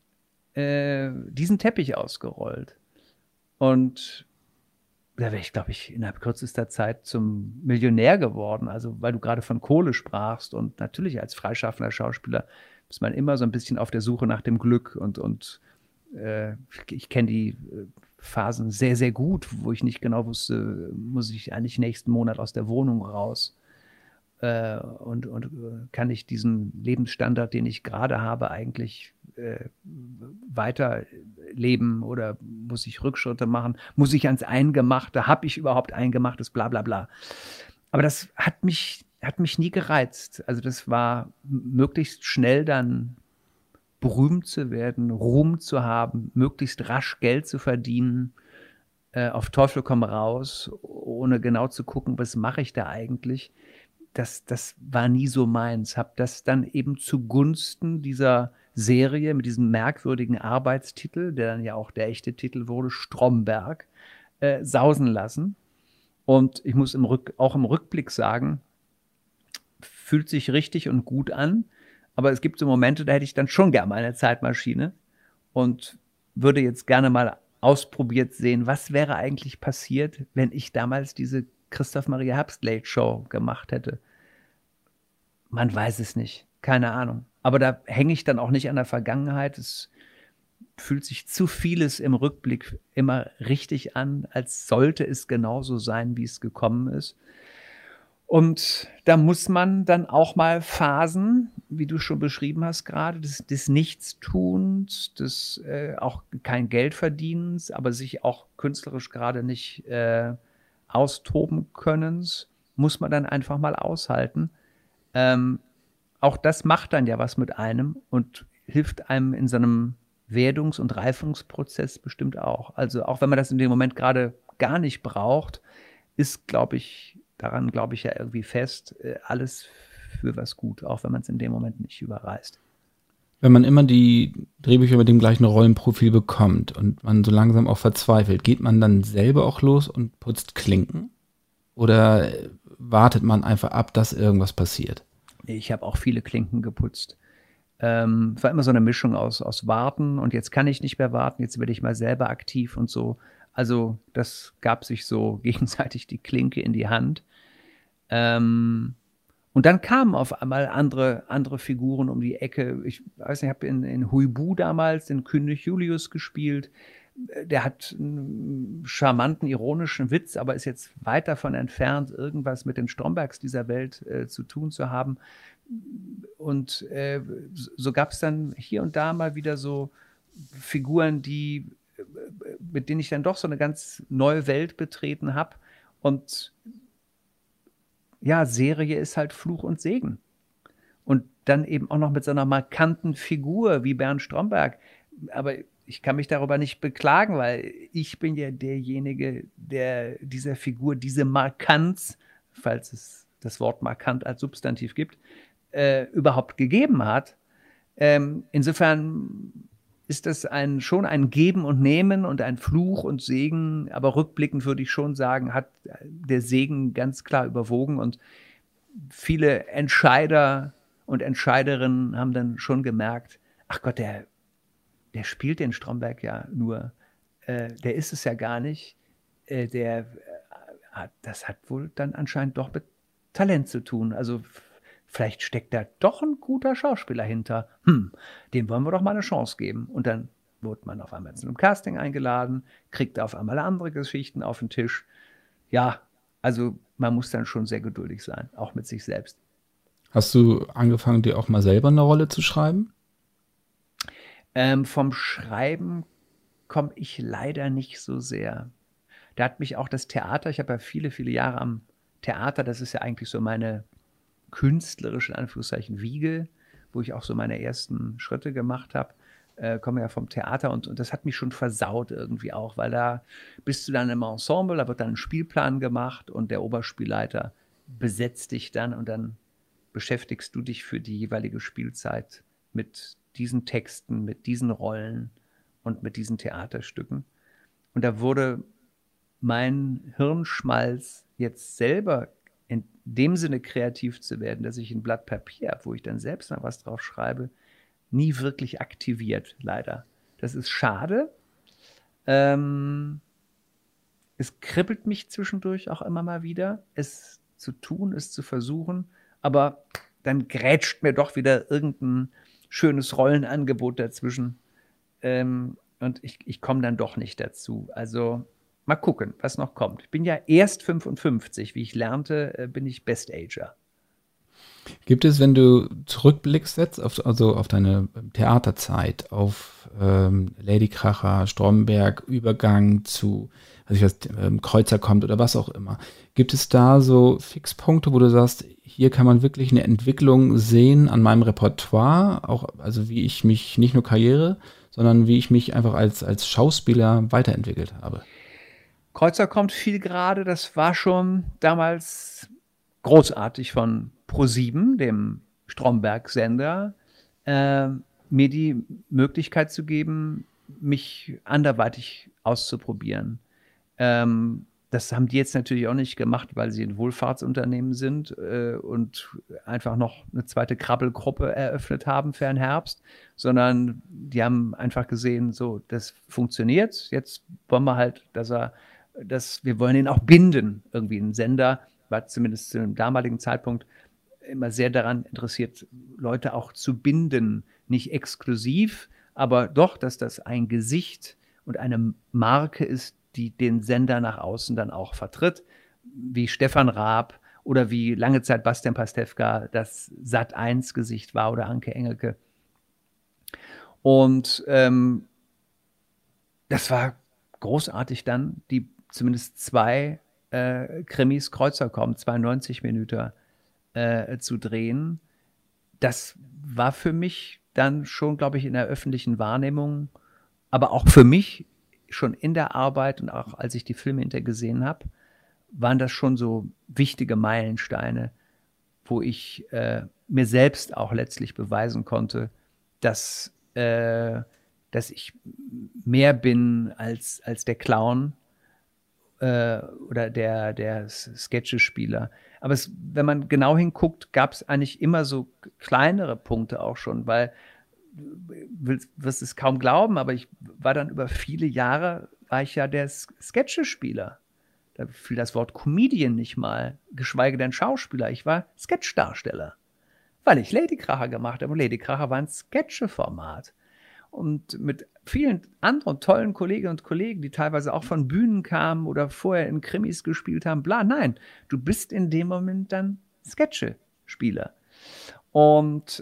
diesen Teppich ausgerollt. Und da wäre ich, glaube ich, innerhalb kürzester Zeit zum Millionär geworden. Also, weil du gerade von Kohle sprachst. Und natürlich als freischaffender Schauspieler ist man immer so ein bisschen auf der Suche nach dem Glück. Und ich kenne die Phasen sehr gut, wo ich nicht genau wusste, muss ich eigentlich nächsten Monat aus der Wohnung raus? Und kann ich diesen Lebensstandard, den ich gerade habe, eigentlich weiterleben, oder muss ich Rückschritte machen? Muss ich ans Eingemachte? Habe ich überhaupt Eingemachtes? Bla bla bla. Aber das hat mich nie gereizt. Also das war möglichst schnell dann berühmt zu werden, Ruhm zu haben, möglichst rasch Geld zu verdienen, auf Teufel komm raus, ohne genau zu gucken, was mache ich da eigentlich. Das war nie so meins. Habe das dann eben zugunsten dieser Serie mit diesem merkwürdigen Arbeitstitel, der dann ja auch der echte Titel wurde, Stromberg, sausen lassen. Und ich muss auch im Rückblick sagen, fühlt sich richtig und gut an, aber es gibt so Momente, da hätte ich dann schon gerne mal eine Zeitmaschine und würde jetzt gerne mal ausprobiert sehen, was wäre eigentlich passiert, wenn ich damals diese Christoph Maria Herbst Late Show gemacht hätte. Man weiß es nicht, keine Ahnung. Aber da hänge ich dann auch nicht an der Vergangenheit. Es fühlt sich zu vieles im Rückblick immer richtig an, als sollte es genauso sein, wie es gekommen ist. Und da muss man dann auch mal Phasen, wie du schon beschrieben hast gerade, des Nichtstuns, des auch kein Geldverdienens, aber sich auch künstlerisch gerade nicht austoben könnens, muss man dann einfach mal aushalten. Auch das macht dann ja was mit einem und hilft einem in so einem Werdungs- und Reifungsprozess bestimmt auch. Also auch wenn man das in dem Moment gerade gar nicht braucht, ist, daran glaube ich ja irgendwie fest, alles für was gut, auch wenn man es in dem Moment nicht überreißt. Wenn man immer die Drehbücher mit dem gleichen Rollenprofil bekommt und man so langsam auch verzweifelt, geht man dann selber auch los und putzt Klinken? Oder wartet man einfach ab, dass irgendwas passiert? Ich habe auch viele Klinken geputzt. Es war immer so eine Mischung aus Warten und jetzt kann ich nicht mehr warten, jetzt werde ich mal selber aktiv und so. Also das gab sich so gegenseitig die Klinke in die Hand. Und dann kamen auf einmal andere Figuren um die Ecke. Ich weiß nicht, ich habe in Huibu damals den König Julius gespielt. Der hat einen charmanten, ironischen Witz, aber ist jetzt weit davon entfernt, irgendwas mit den Strombergs dieser Welt zu tun zu haben. Und so gab es dann hier und da mal wieder so Figuren, mit denen ich dann doch so eine ganz neue Welt betreten habe. Und ja, Serie ist halt Fluch und Segen. Und dann eben auch noch mit so einer markanten Figur wie Bernd Stromberg. Aber ich kann mich darüber nicht beklagen, weil ich bin ja derjenige, der dieser Figur diese Markanz, falls es das Wort markant als Substantiv gibt, überhaupt gegeben hat. Insofern ist das schon ein Geben und Nehmen und ein Fluch und Segen, aber rückblickend würde ich schon sagen, hat der Segen ganz klar überwogen und viele Entscheider und Entscheiderinnen haben dann schon gemerkt, ach Gott, der spielt den Stromberg ja nur, der ist es ja gar nicht, das hat wohl dann anscheinend doch mit Talent zu tun, also vielleicht steckt da doch ein guter Schauspieler hinter. Dem wollen wir doch mal eine Chance geben. Und dann wurde man auf einmal zu einem Casting eingeladen, kriegte auf einmal andere Geschichten auf den Tisch. Ja, also man muss dann schon sehr geduldig sein, auch mit sich selbst. Hast du angefangen, dir auch mal selber eine Rolle zu schreiben? Vom Schreiben komme ich leider nicht so sehr. Da hat mich auch das Theater, ich habe ja viele, viele Jahre am Theater, das ist ja eigentlich so meine künstlerische, in Anführungszeichen, Wiege, wo ich auch so meine ersten Schritte gemacht habe, komme ja vom Theater und das hat mich schon versaut irgendwie auch, weil da bist du dann im Ensemble, da wird dann ein Spielplan gemacht und der Oberspielleiter besetzt dich dann und dann beschäftigst du dich für die jeweilige Spielzeit mit diesen Texten, mit diesen Rollen und mit diesen Theaterstücken. Und da wurde mein Hirnschmalz jetzt selber in dem Sinne kreativ zu werden, dass ich ein Blatt Papier habe, wo ich dann selbst noch was drauf schreibe, nie wirklich aktiviert, leider. Das ist schade. Es kribbelt mich zwischendurch auch immer mal wieder, es zu tun, es zu versuchen, aber dann grätscht mir doch wieder irgendein schönes Rollenangebot dazwischen und ich komme dann doch nicht dazu. Also mal gucken, was noch kommt. Ich bin ja erst 55. Wie ich lernte, bin ich Best-Ager. Gibt es, wenn du zurückblickst jetzt, auf deine Theaterzeit, auf Ladykracher, Stromberg, Übergang zu, also ich weiß, Kreuzer kommt oder was auch immer, gibt es da so Fixpunkte, wo du sagst, hier kann man wirklich eine Entwicklung sehen an meinem Repertoire, auch, also wie ich mich, nicht nur Karriere, sondern wie ich mich einfach als Schauspieler weiterentwickelt habe? Kreuzer kommt viel gerade, das war schon damals großartig von Pro7, dem Stromberg-Sender, mir die Möglichkeit zu geben, mich anderweitig auszuprobieren. Das haben die jetzt natürlich auch nicht gemacht, weil sie ein Wohlfahrtsunternehmen sind und einfach noch eine zweite Krabbelgruppe eröffnet haben für den Herbst, sondern die haben einfach gesehen, so, das funktioniert. Jetzt wollen wir halt, wir wollen ihn auch binden, irgendwie ein Sender, war zumindest zu einem damaligen Zeitpunkt immer sehr daran interessiert, Leute auch zu binden, nicht exklusiv, aber doch, dass das ein Gesicht und eine Marke ist, die den Sender nach außen dann auch vertritt, wie Stefan Raab oder wie lange Zeit Bastian Pastewka das Sat.1-Gesicht war oder Anke Engelke. Und das war großartig dann, die zumindest 2 Krimis Kreuzer kommen, 92 Minuten zu drehen. Das war für mich dann schon, glaube ich, in der öffentlichen Wahrnehmung, aber auch für mich schon in der Arbeit und auch als ich die Filme hinterher gesehen habe, waren das schon so wichtige Meilensteine, wo ich mir selbst auch letztlich beweisen konnte, dass ich mehr bin als der Clown oder der Sketchespieler. Aber wenn man genau hinguckt, gab es eigentlich immer so kleinere Punkte auch schon, weil du wirst es kaum glauben, aber ich war dann über viele Jahre, war ich ja der Sketchespieler. Da fiel das Wort Comedian nicht mal, geschweige denn Schauspieler. Ich war Sketchdarsteller, weil ich Ladykracher gemacht habe. Und Ladykracher war ein Sketcheformat. Und mit vielen anderen tollen Kolleginnen und Kollegen, die teilweise auch von Bühnen kamen oder vorher in Krimis gespielt haben, bla, nein, du bist in dem Moment dann Sketchespieler. Und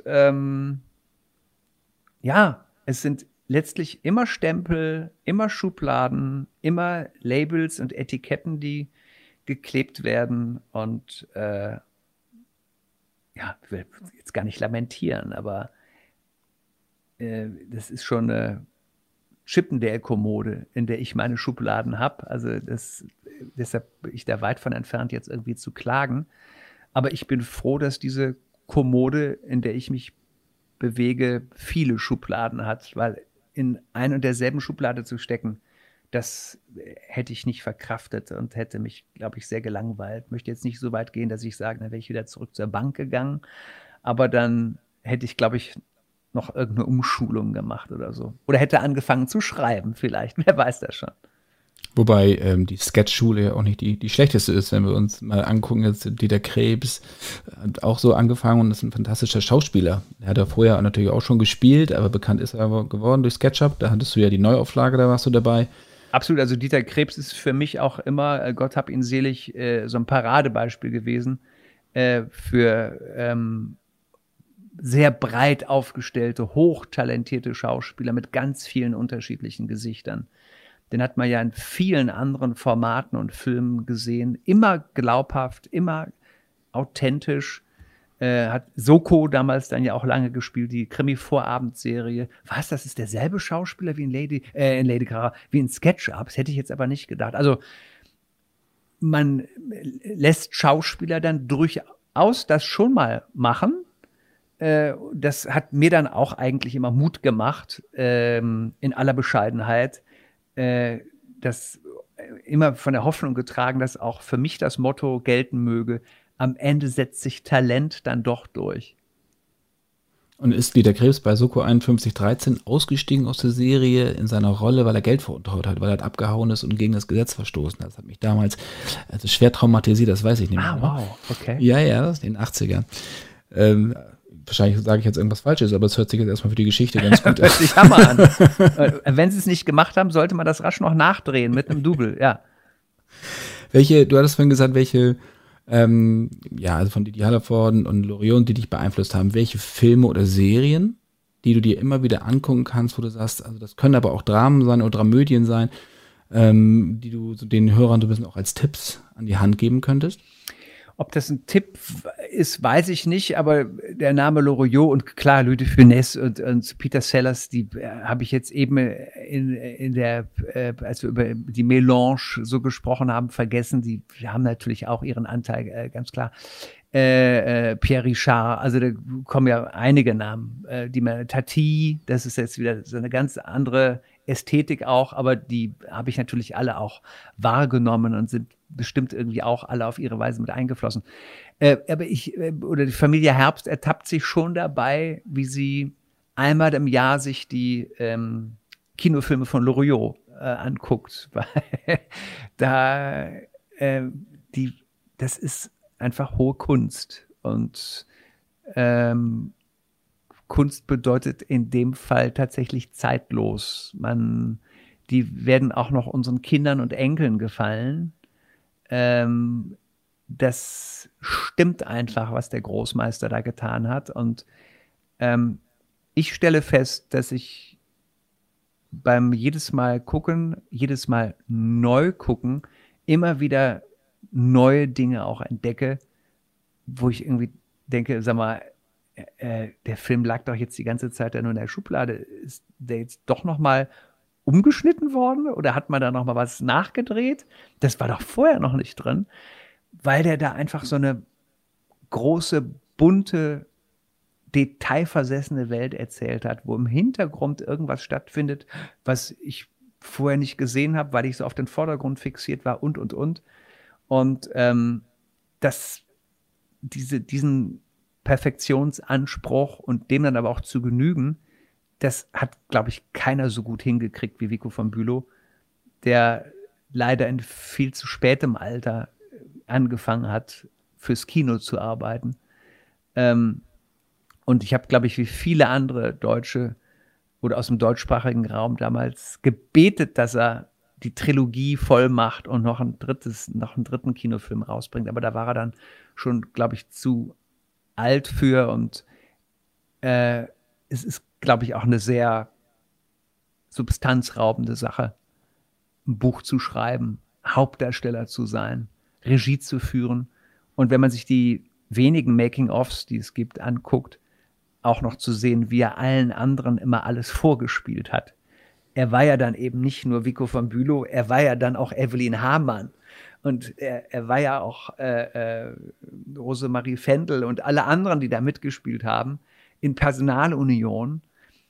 ja, es sind letztlich immer Stempel, immer Schubladen, immer Labels und Etiketten, die geklebt werden. Und ja, ich will jetzt gar nicht lamentieren, aber das ist schon eine Chippendale-Kommode, in der ich meine Schubladen habe. Also deshalb bin ich da weit von entfernt, jetzt irgendwie zu klagen. Aber ich bin froh, dass diese Kommode, in der ich mich bewege, viele Schubladen hat, weil in ein und derselben Schublade zu stecken, das hätte ich nicht verkraftet und hätte mich, glaube ich, sehr gelangweilt. Ich möchte jetzt nicht so weit gehen, dass ich sage, dann wäre ich wieder zurück zur Bank gegangen. Aber dann hätte ich, glaube ich, noch irgendeine Umschulung gemacht oder so. Oder hätte angefangen zu schreiben vielleicht. Wer weiß das schon. Wobei die Sketch-Schule ja auch nicht die schlechteste ist, wenn wir uns mal angucken, jetzt Dieter Krebs hat auch so angefangen und ist ein fantastischer Schauspieler. Er hat ja vorher natürlich auch schon gespielt, aber bekannt ist er aber geworden durch SketchUp. Da hattest du ja die Neuauflage, da warst du dabei. Absolut, also Dieter Krebs ist für mich auch immer, Gott hab ihn selig, so ein Paradebeispiel gewesen für sehr breit aufgestellte, hochtalentierte Schauspieler mit ganz vielen unterschiedlichen Gesichtern. Den hat man ja in vielen anderen Formaten und Filmen gesehen. Immer glaubhaft, immer authentisch. Hat Soko damals dann ja auch lange gespielt, die Krimi-Vorabendserie. Was, das ist derselbe Schauspieler wie in Lady Gaga, wie in SketchUp? Das hätte ich jetzt aber nicht gedacht. Also man lässt Schauspieler dann durchaus das schon mal machen. Das hat mir dann auch eigentlich immer Mut gemacht, in aller Bescheidenheit. Das immer von der Hoffnung getragen, dass auch für mich das Motto gelten möge, am Ende setzt sich Talent dann doch durch. Und ist Dieter Krebs bei Soko 5113 ausgestiegen aus der Serie in seiner Rolle, weil er Geld veruntreut hat, weil er abgehauen ist und gegen das Gesetz verstoßen hat. Das hat mich damals schwer traumatisiert, das weiß ich nicht mehr. Ah, wow, okay. Ja, das ist in den 80ern. Wahrscheinlich sage ich jetzt irgendwas Falsches, aber es hört sich jetzt erstmal für die Geschichte ganz gut an. Hört sich Hammer an. Wenn sie es nicht gemacht haben, sollte man das rasch noch nachdrehen mit einem Double, ja. Du hattest vorhin gesagt, welche also von Didi Hallervorden und Loriot, die dich beeinflusst haben, welche Filme oder Serien, die du dir immer wieder angucken kannst, wo du sagst, also das können aber auch Dramen sein oder Dramödien sein, die du den Hörern so ein bisschen auch als Tipps an die Hand geben könntest? Ob das ein Tipp ist, weiß ich nicht, aber der Name Loriot und klar, Louis de Funès und Peter Sellers, die habe ich jetzt eben in der, als wir über die Melange so gesprochen haben, vergessen. Die haben natürlich auch ihren Anteil, ganz klar. Pierre Richard, also da kommen ja einige Namen, Tati, das ist jetzt wieder so eine ganz andere Ästhetik auch, aber die habe ich natürlich alle auch wahrgenommen und sind bestimmt irgendwie auch alle auf ihre Weise mit eingeflossen. Aber oder die Familie Herbst ertappt sich schon dabei, wie sie einmal im Jahr sich die Kinofilme von Loriot anguckt, weil das ist einfach hohe Kunst und Kunst bedeutet in dem Fall tatsächlich zeitlos. Die werden auch noch unseren Kindern und Enkeln gefallen. Das stimmt einfach, was der Großmeister da getan hat. Und ich stelle fest, dass ich beim jedes Mal neu gucken, immer wieder neue Dinge auch entdecke, wo ich irgendwie denke, sag mal, der Film lag doch jetzt die ganze Zeit da nur in der Schublade. Ist der jetzt doch noch mal umgeschnitten worden oder hat man da noch mal was nachgedreht? Das war doch vorher noch nicht drin, weil der da einfach so eine große, bunte, detailversessene Welt erzählt hat, wo im Hintergrund irgendwas stattfindet, was ich vorher nicht gesehen habe, weil ich so auf den Vordergrund fixiert war und. Und diesen Perfektionsanspruch und dem dann aber auch zu genügen, das hat, glaube ich, keiner so gut hingekriegt wie Vico von Bülow, der leider in viel zu spätem Alter angefangen hat, fürs Kino zu arbeiten. Und ich habe, glaube ich, wie viele andere Deutsche oder aus dem deutschsprachigen Raum damals gebetet, dass er die Trilogie voll macht und noch einen dritten Kinofilm rausbringt. Aber da war er dann schon, glaube ich, zu alt für und es ist, glaube ich, auch eine sehr substanzraubende Sache, ein Buch zu schreiben, Hauptdarsteller zu sein, Regie zu führen und wenn man sich die wenigen Making-ofs, die es gibt, anguckt, auch noch zu sehen, wie er allen anderen immer alles vorgespielt hat. er war ja dann eben nicht nur Vico von Bülow, er war ja dann auch Evelyn Hamann. Und er war ja auch Rosemarie Fendel und alle anderen, die da mitgespielt haben, in Personalunion,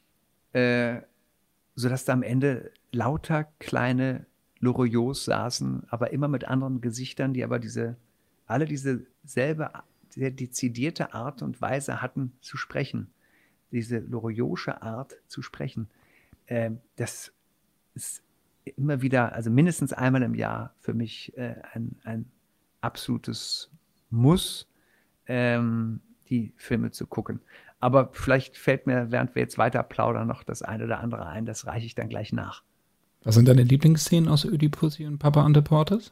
sodass da am Ende lauter kleine Loriots saßen, aber immer mit anderen Gesichtern, die aber alle diese selbe, sehr dezidierte Art und Weise hatten zu sprechen. Diese Loriotsche Art zu sprechen. Das ist immer wieder, also mindestens einmal im Jahr für mich ein absolutes Muss, die Filme zu gucken. Aber vielleicht fällt mir, während wir jetzt weiter plaudern, noch das eine oder andere ein. Das reiche ich dann gleich nach. Was sind deine Lieblingsszenen aus Ödipussy und Papa and the Porters?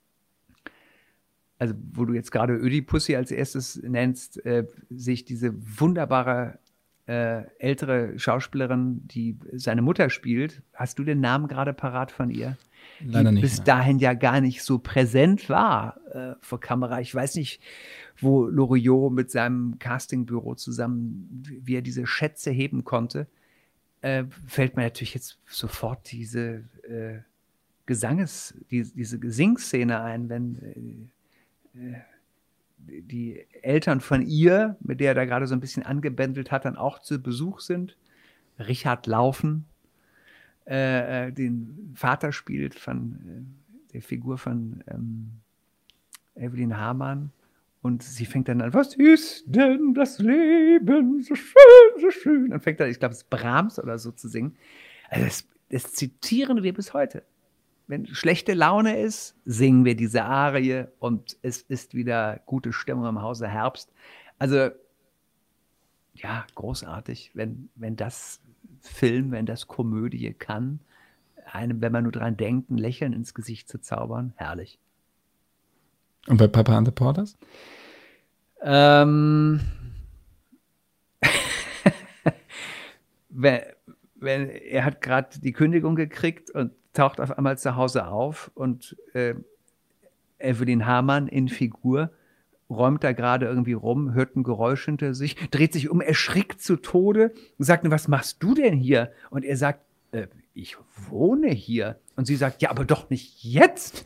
Also, wo du jetzt gerade Ödipussy als erstes nennst, sehe ich diese wunderbare ältere Schauspielerin, die seine Mutter spielt. Hast du den Namen gerade parat von ihr? Leider die nicht. Bis dahin ja gar nicht so präsent war vor Kamera. Ich weiß nicht, wo Loriot mit seinem Castingbüro zusammen, wie er diese Schätze heben konnte. Fällt mir natürlich jetzt sofort diese diese Gesingszene ein, wenn die Eltern von ihr, mit der er da gerade so ein bisschen angebändelt hat, dann auch zu Besuch sind. Richard Laufen, den Vater spielt von der Figur von Evelyn Hamann. Und sie fängt dann an, was ist denn das Leben so schön, so schön. Dann fängt er, ich glaube, es ist Brahms oder so zu singen. Also das zitieren wir bis heute. Wenn schlechte Laune ist, singen wir diese Arie und es ist wieder gute Stimmung im Hause Herbst. Also, ja, großartig, wenn das Film, wenn das Komödie kann, einem, wenn man nur dran denkt, ein Lächeln ins Gesicht zu zaubern, herrlich. Und bei Papa and the Porters? Wenn er hat gerade die Kündigung gekriegt und taucht auf einmal zu Hause auf und Evelyn Hamann in Figur räumt da gerade irgendwie rum, hört ein Geräusch hinter sich, dreht sich um, erschrickt zu Tode und sagt, was machst du denn hier? Und er sagt, ich wohne hier. Und sie sagt, ja, aber doch nicht jetzt.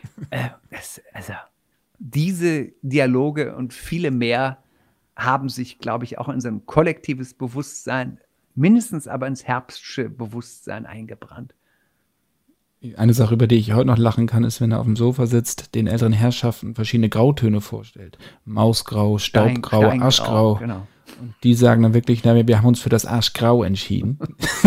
Diese Dialoge und viele mehr haben sich, glaube ich, auch in so ein kollektives Bewusstsein, mindestens aber ins Herbstsche Bewusstsein eingebrannt. Eine Sache, über die ich heute noch lachen kann, ist, wenn er auf dem Sofa sitzt, den älteren Herrschaften verschiedene Grautöne vorstellt. Mausgrau, Staubgrau, Steingrau, Aschgrau. Genau. Und die sagen dann wirklich, wir haben uns für das Aschgrau entschieden.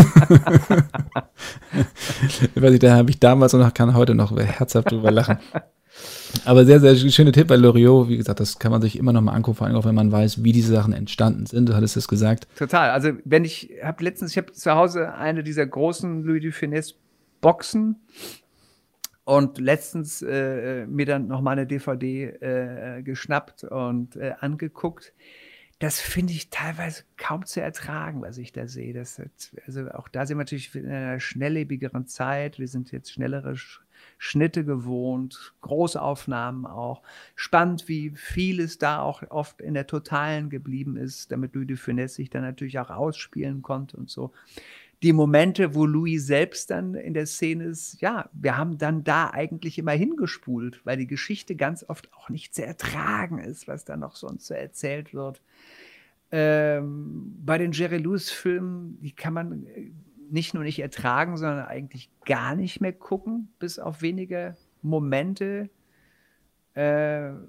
Da habe ich damals und kann heute noch herzhaft drüber lachen. Aber sehr, sehr schöner Tipp bei Loriot. Wie gesagt, das kann man sich immer noch mal angucken, vor allem auch, wenn man weiß, wie diese Sachen entstanden sind. Du hattest es gesagt. Total. Also, ich habe zu Hause eine dieser großen Louis de Funès Boxen und letztens mir dann noch mal eine DVD geschnappt und angeguckt. Das finde ich teilweise kaum zu ertragen, was ich da sehe. Also auch da sind wir natürlich in einer schnelllebigeren Zeit. Wir sind jetzt schnellere Schnitte gewohnt, Großaufnahmen auch. Spannend, wie vieles da auch oft in der Totalen geblieben ist, damit Louis de Funès sich dann natürlich auch ausspielen konnte und so. Die Momente, wo Louis selbst dann in der Szene ist, ja, wir haben dann da eigentlich immer hingespult, weil die Geschichte ganz oft auch nicht zu ertragen ist, was da noch sonst so erzählt wird. Bei den Jerry Lewis-Filmen, die kann man nicht nur nicht ertragen, sondern eigentlich gar nicht mehr gucken, bis auf wenige Momente. Ja,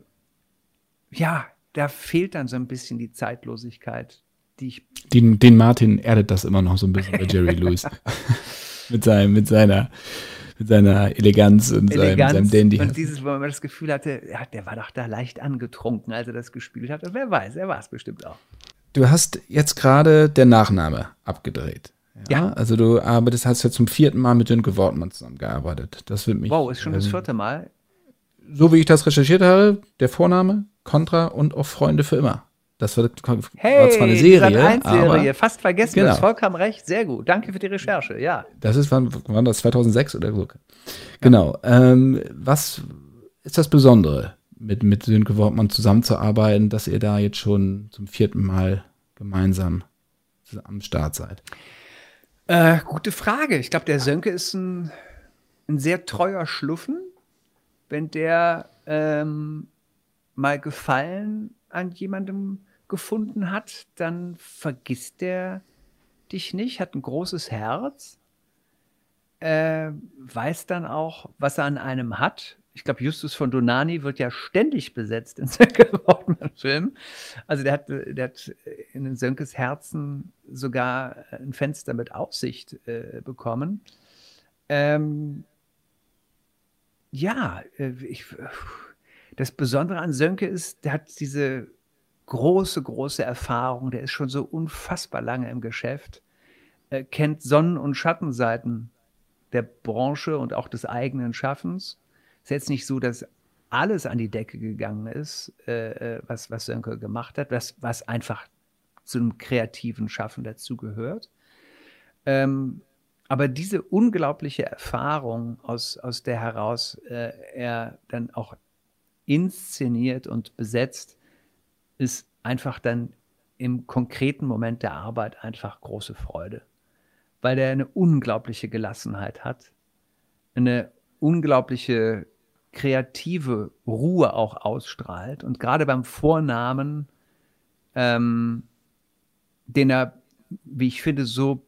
da fehlt dann so ein bisschen die Zeitlosigkeit, Den Martin erdet das immer noch so ein bisschen bei Jerry Lewis. mit seiner Eleganz und seinem Dandy. Und dieses, wo man das Gefühl hatte, ja, der war doch da leicht angetrunken, als er das gespielt hat. Und wer weiß, er war es bestimmt auch. Du hast jetzt gerade der Nachname abgedreht. Ja. Also du arbeitest, hast jetzt zum 4. Mal mit Sönke Wortmann zusammengearbeitet. Das wird mich. Wow, ist schon das 4. Mal? So wie ich das recherchiert habe, der Vorname, Contra und auch Freunde für immer. Das war zwar eine Serie, Serie, fast vergessen, genau. Du hast vollkommen recht, sehr gut. Danke für die Recherche, ja. Das ist, wann das, 2006 oder so? Genau. Was ist das Besondere, mit Sönke Wortmann zusammenzuarbeiten, dass ihr da jetzt schon zum 4. Mal gemeinsam am Start seid? Gute Frage. Ich glaube, der Sönke ist ein sehr treuer Schluffen. Wenn der mal Gefallen an jemandem gefunden hat, dann vergisst der dich nicht, hat ein großes Herz, weiß dann auch, was er an einem hat. Ich glaube, Justus von Donani wird ja ständig besetzt in Sönke Wortmann-Filmen. Also der hat in den Sönkes Herzen sogar ein Fenster mit Aussicht bekommen. Das Besondere an Sönke ist, der hat diese große Erfahrung, der ist schon so unfassbar lange im Geschäft, kennt Sonnen- und Schattenseiten der Branche und auch des eigenen Schaffens. Ist jetzt nicht so, dass alles an die Decke gegangen ist, was Sönke gemacht hat, was einfach zu einem kreativen Schaffen dazugehört. Aber diese unglaubliche Erfahrung, aus der heraus er dann auch inszeniert und besetzt, ist einfach dann im konkreten Moment der Arbeit einfach große Freude. Weil er eine unglaubliche Gelassenheit hat, eine unglaubliche kreative Ruhe auch ausstrahlt. Und gerade beim Vornamen, den er, wie ich finde, so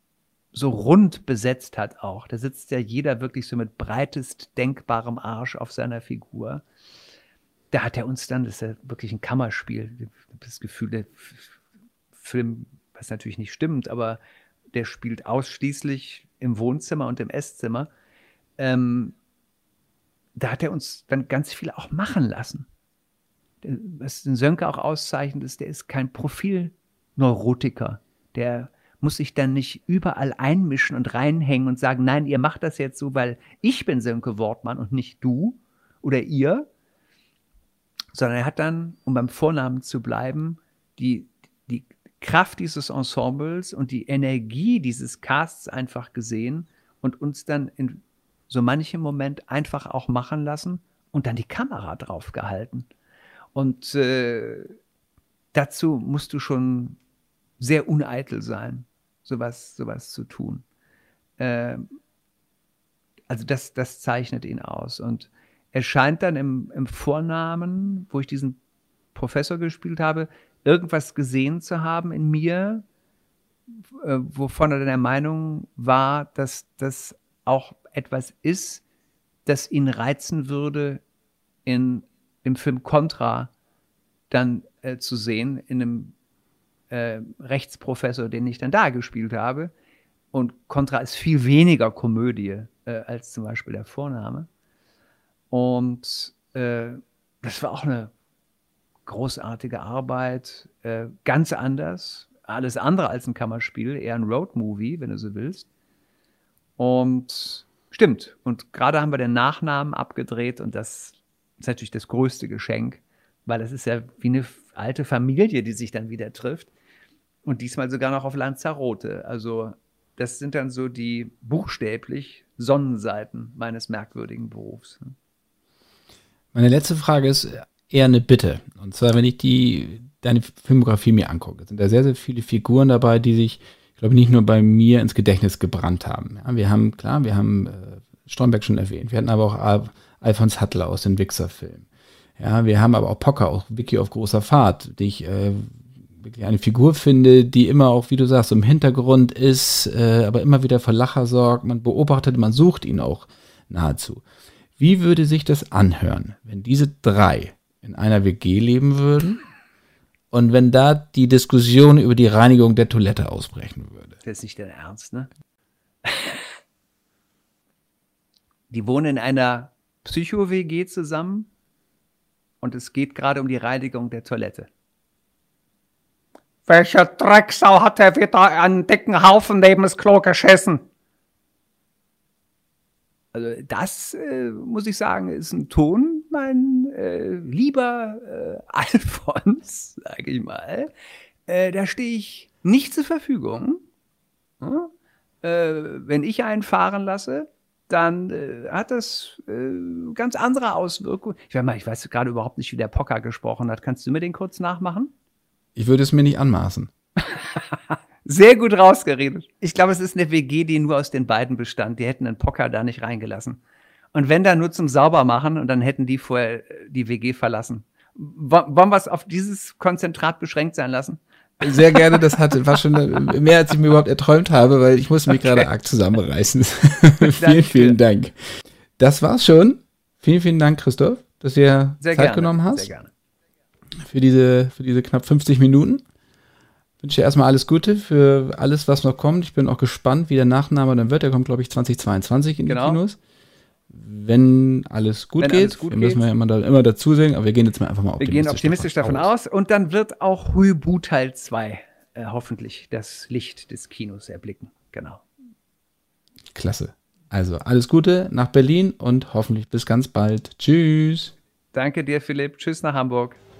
rund besetzt hat auch. Da sitzt ja jeder wirklich so mit breitest denkbarem Arsch auf seiner Figur. Da hat er uns dann, das ist ja wirklich ein Kammerspiel, das Gefühl, der Film, was natürlich nicht stimmt, aber der spielt ausschließlich im Wohnzimmer und im Esszimmer. Da hat er uns dann ganz viel auch machen lassen. Was den Sönke auch auszeichnet, ist, der ist kein Profilneurotiker. Der muss sich dann nicht überall einmischen und reinhängen und sagen, nein, ihr macht das jetzt so, weil ich bin Sönke Wortmann und nicht du oder ihr. Sondern er hat dann, um beim Vornamen zu bleiben, die Kraft dieses Ensembles und die Energie dieses Casts einfach gesehen und uns dann in so manchem Moment einfach auch machen lassen und dann die Kamera drauf gehalten. Und dazu musst du schon sehr uneitel sein, sowas zu tun. Also das zeichnet ihn aus. Und er scheint dann im Vornamen, wo ich diesen Professor gespielt habe, irgendwas gesehen zu haben in mir, wovon er dann der Meinung war, dass das auch etwas ist, das ihn reizen würde, in dem Film Contra dann zu sehen, in einem Rechtsprofessor, den ich dann da gespielt habe. Und Contra ist viel weniger Komödie als zum Beispiel der Vorname. Und das war auch eine großartige Arbeit, ganz anders, alles andere als ein Kammerspiel, eher ein Roadmovie, wenn du so willst. Und stimmt, und gerade haben wir den Nachnamen abgedreht und das ist natürlich das größte Geschenk, weil das ist ja wie eine alte Familie, die sich dann wieder trifft und diesmal sogar noch auf Lanzarote. Also das sind dann so die buchstäblich Sonnenseiten meines merkwürdigen Berufs. Meine letzte Frage ist eher eine Bitte. Und zwar, wenn ich deine Filmografie mir angucke, sind da sehr, sehr viele Figuren dabei, die sich, ich glaube, nicht nur bei mir ins Gedächtnis gebrannt haben. Ja, wir haben Stromberg schon erwähnt. Wir hatten aber auch Alfons Hattler aus den Wixxer-Filmen. Ja, wir haben aber auch Pocker, auch Vicky auf großer Fahrt, die ich wirklich eine Figur finde, die immer auch, wie du sagst, im Hintergrund ist, aber immer wieder für Lacher sorgt. Man beobachtet, man sucht ihn auch nahezu. Wie würde sich das anhören, wenn diese drei in einer WG leben würden und wenn da die Diskussion über die Reinigung der Toilette ausbrechen würde? Das ist nicht dein Ernst, ne? Die wohnen in einer Psycho-WG zusammen und es geht gerade um die Reinigung der Toilette. Welcher Drecksau hat er wieder einen dicken Haufen neben das Klo geschissen? Also das, muss ich sagen, ist ein Ton, mein lieber Alfons, sage ich mal. Da stehe ich nicht zur Verfügung. Wenn ich einen fahren lasse, dann hat das ganz andere Auswirkungen. Ich weiß gerade überhaupt nicht, wie der Pocker gesprochen hat. Kannst du mir den kurz nachmachen? Ich würde es mir nicht anmaßen. Sehr gut rausgeredet. Ich glaube, es ist eine WG, die nur aus den beiden bestand. Die hätten einen Pocker da nicht reingelassen. Und wenn dann nur zum Saubermachen und dann hätten die vorher die WG verlassen. Wollen wir es auf dieses Konzentrat beschränkt sein lassen? Sehr gerne, war schon mehr, als ich mir überhaupt erträumt habe, weil ich musste mich gerade arg zusammenreißen. Vielen Dank. Das war's schon. Vielen Dank, Christoph, dass du Zeit genommen hast. Sehr gerne. Für diese knapp 50 Minuten. Ich wünsche dir erstmal alles Gute für alles, was noch kommt. Ich bin auch gespannt, wie der Nachname dann wird. Der kommt, glaube ich, 2022 in die Kinos. Wenn alles gut geht. Müssen wir ja immer dazu sehen, aber wir gehen jetzt mal einfach mal optimistisch davon aus. Und dann wird auch Huibu Teil 2 hoffentlich das Licht des Kinos erblicken. Genau. Klasse. Also alles Gute nach Berlin und hoffentlich bis ganz bald. Tschüss. Danke dir, Philipp. Tschüss nach Hamburg.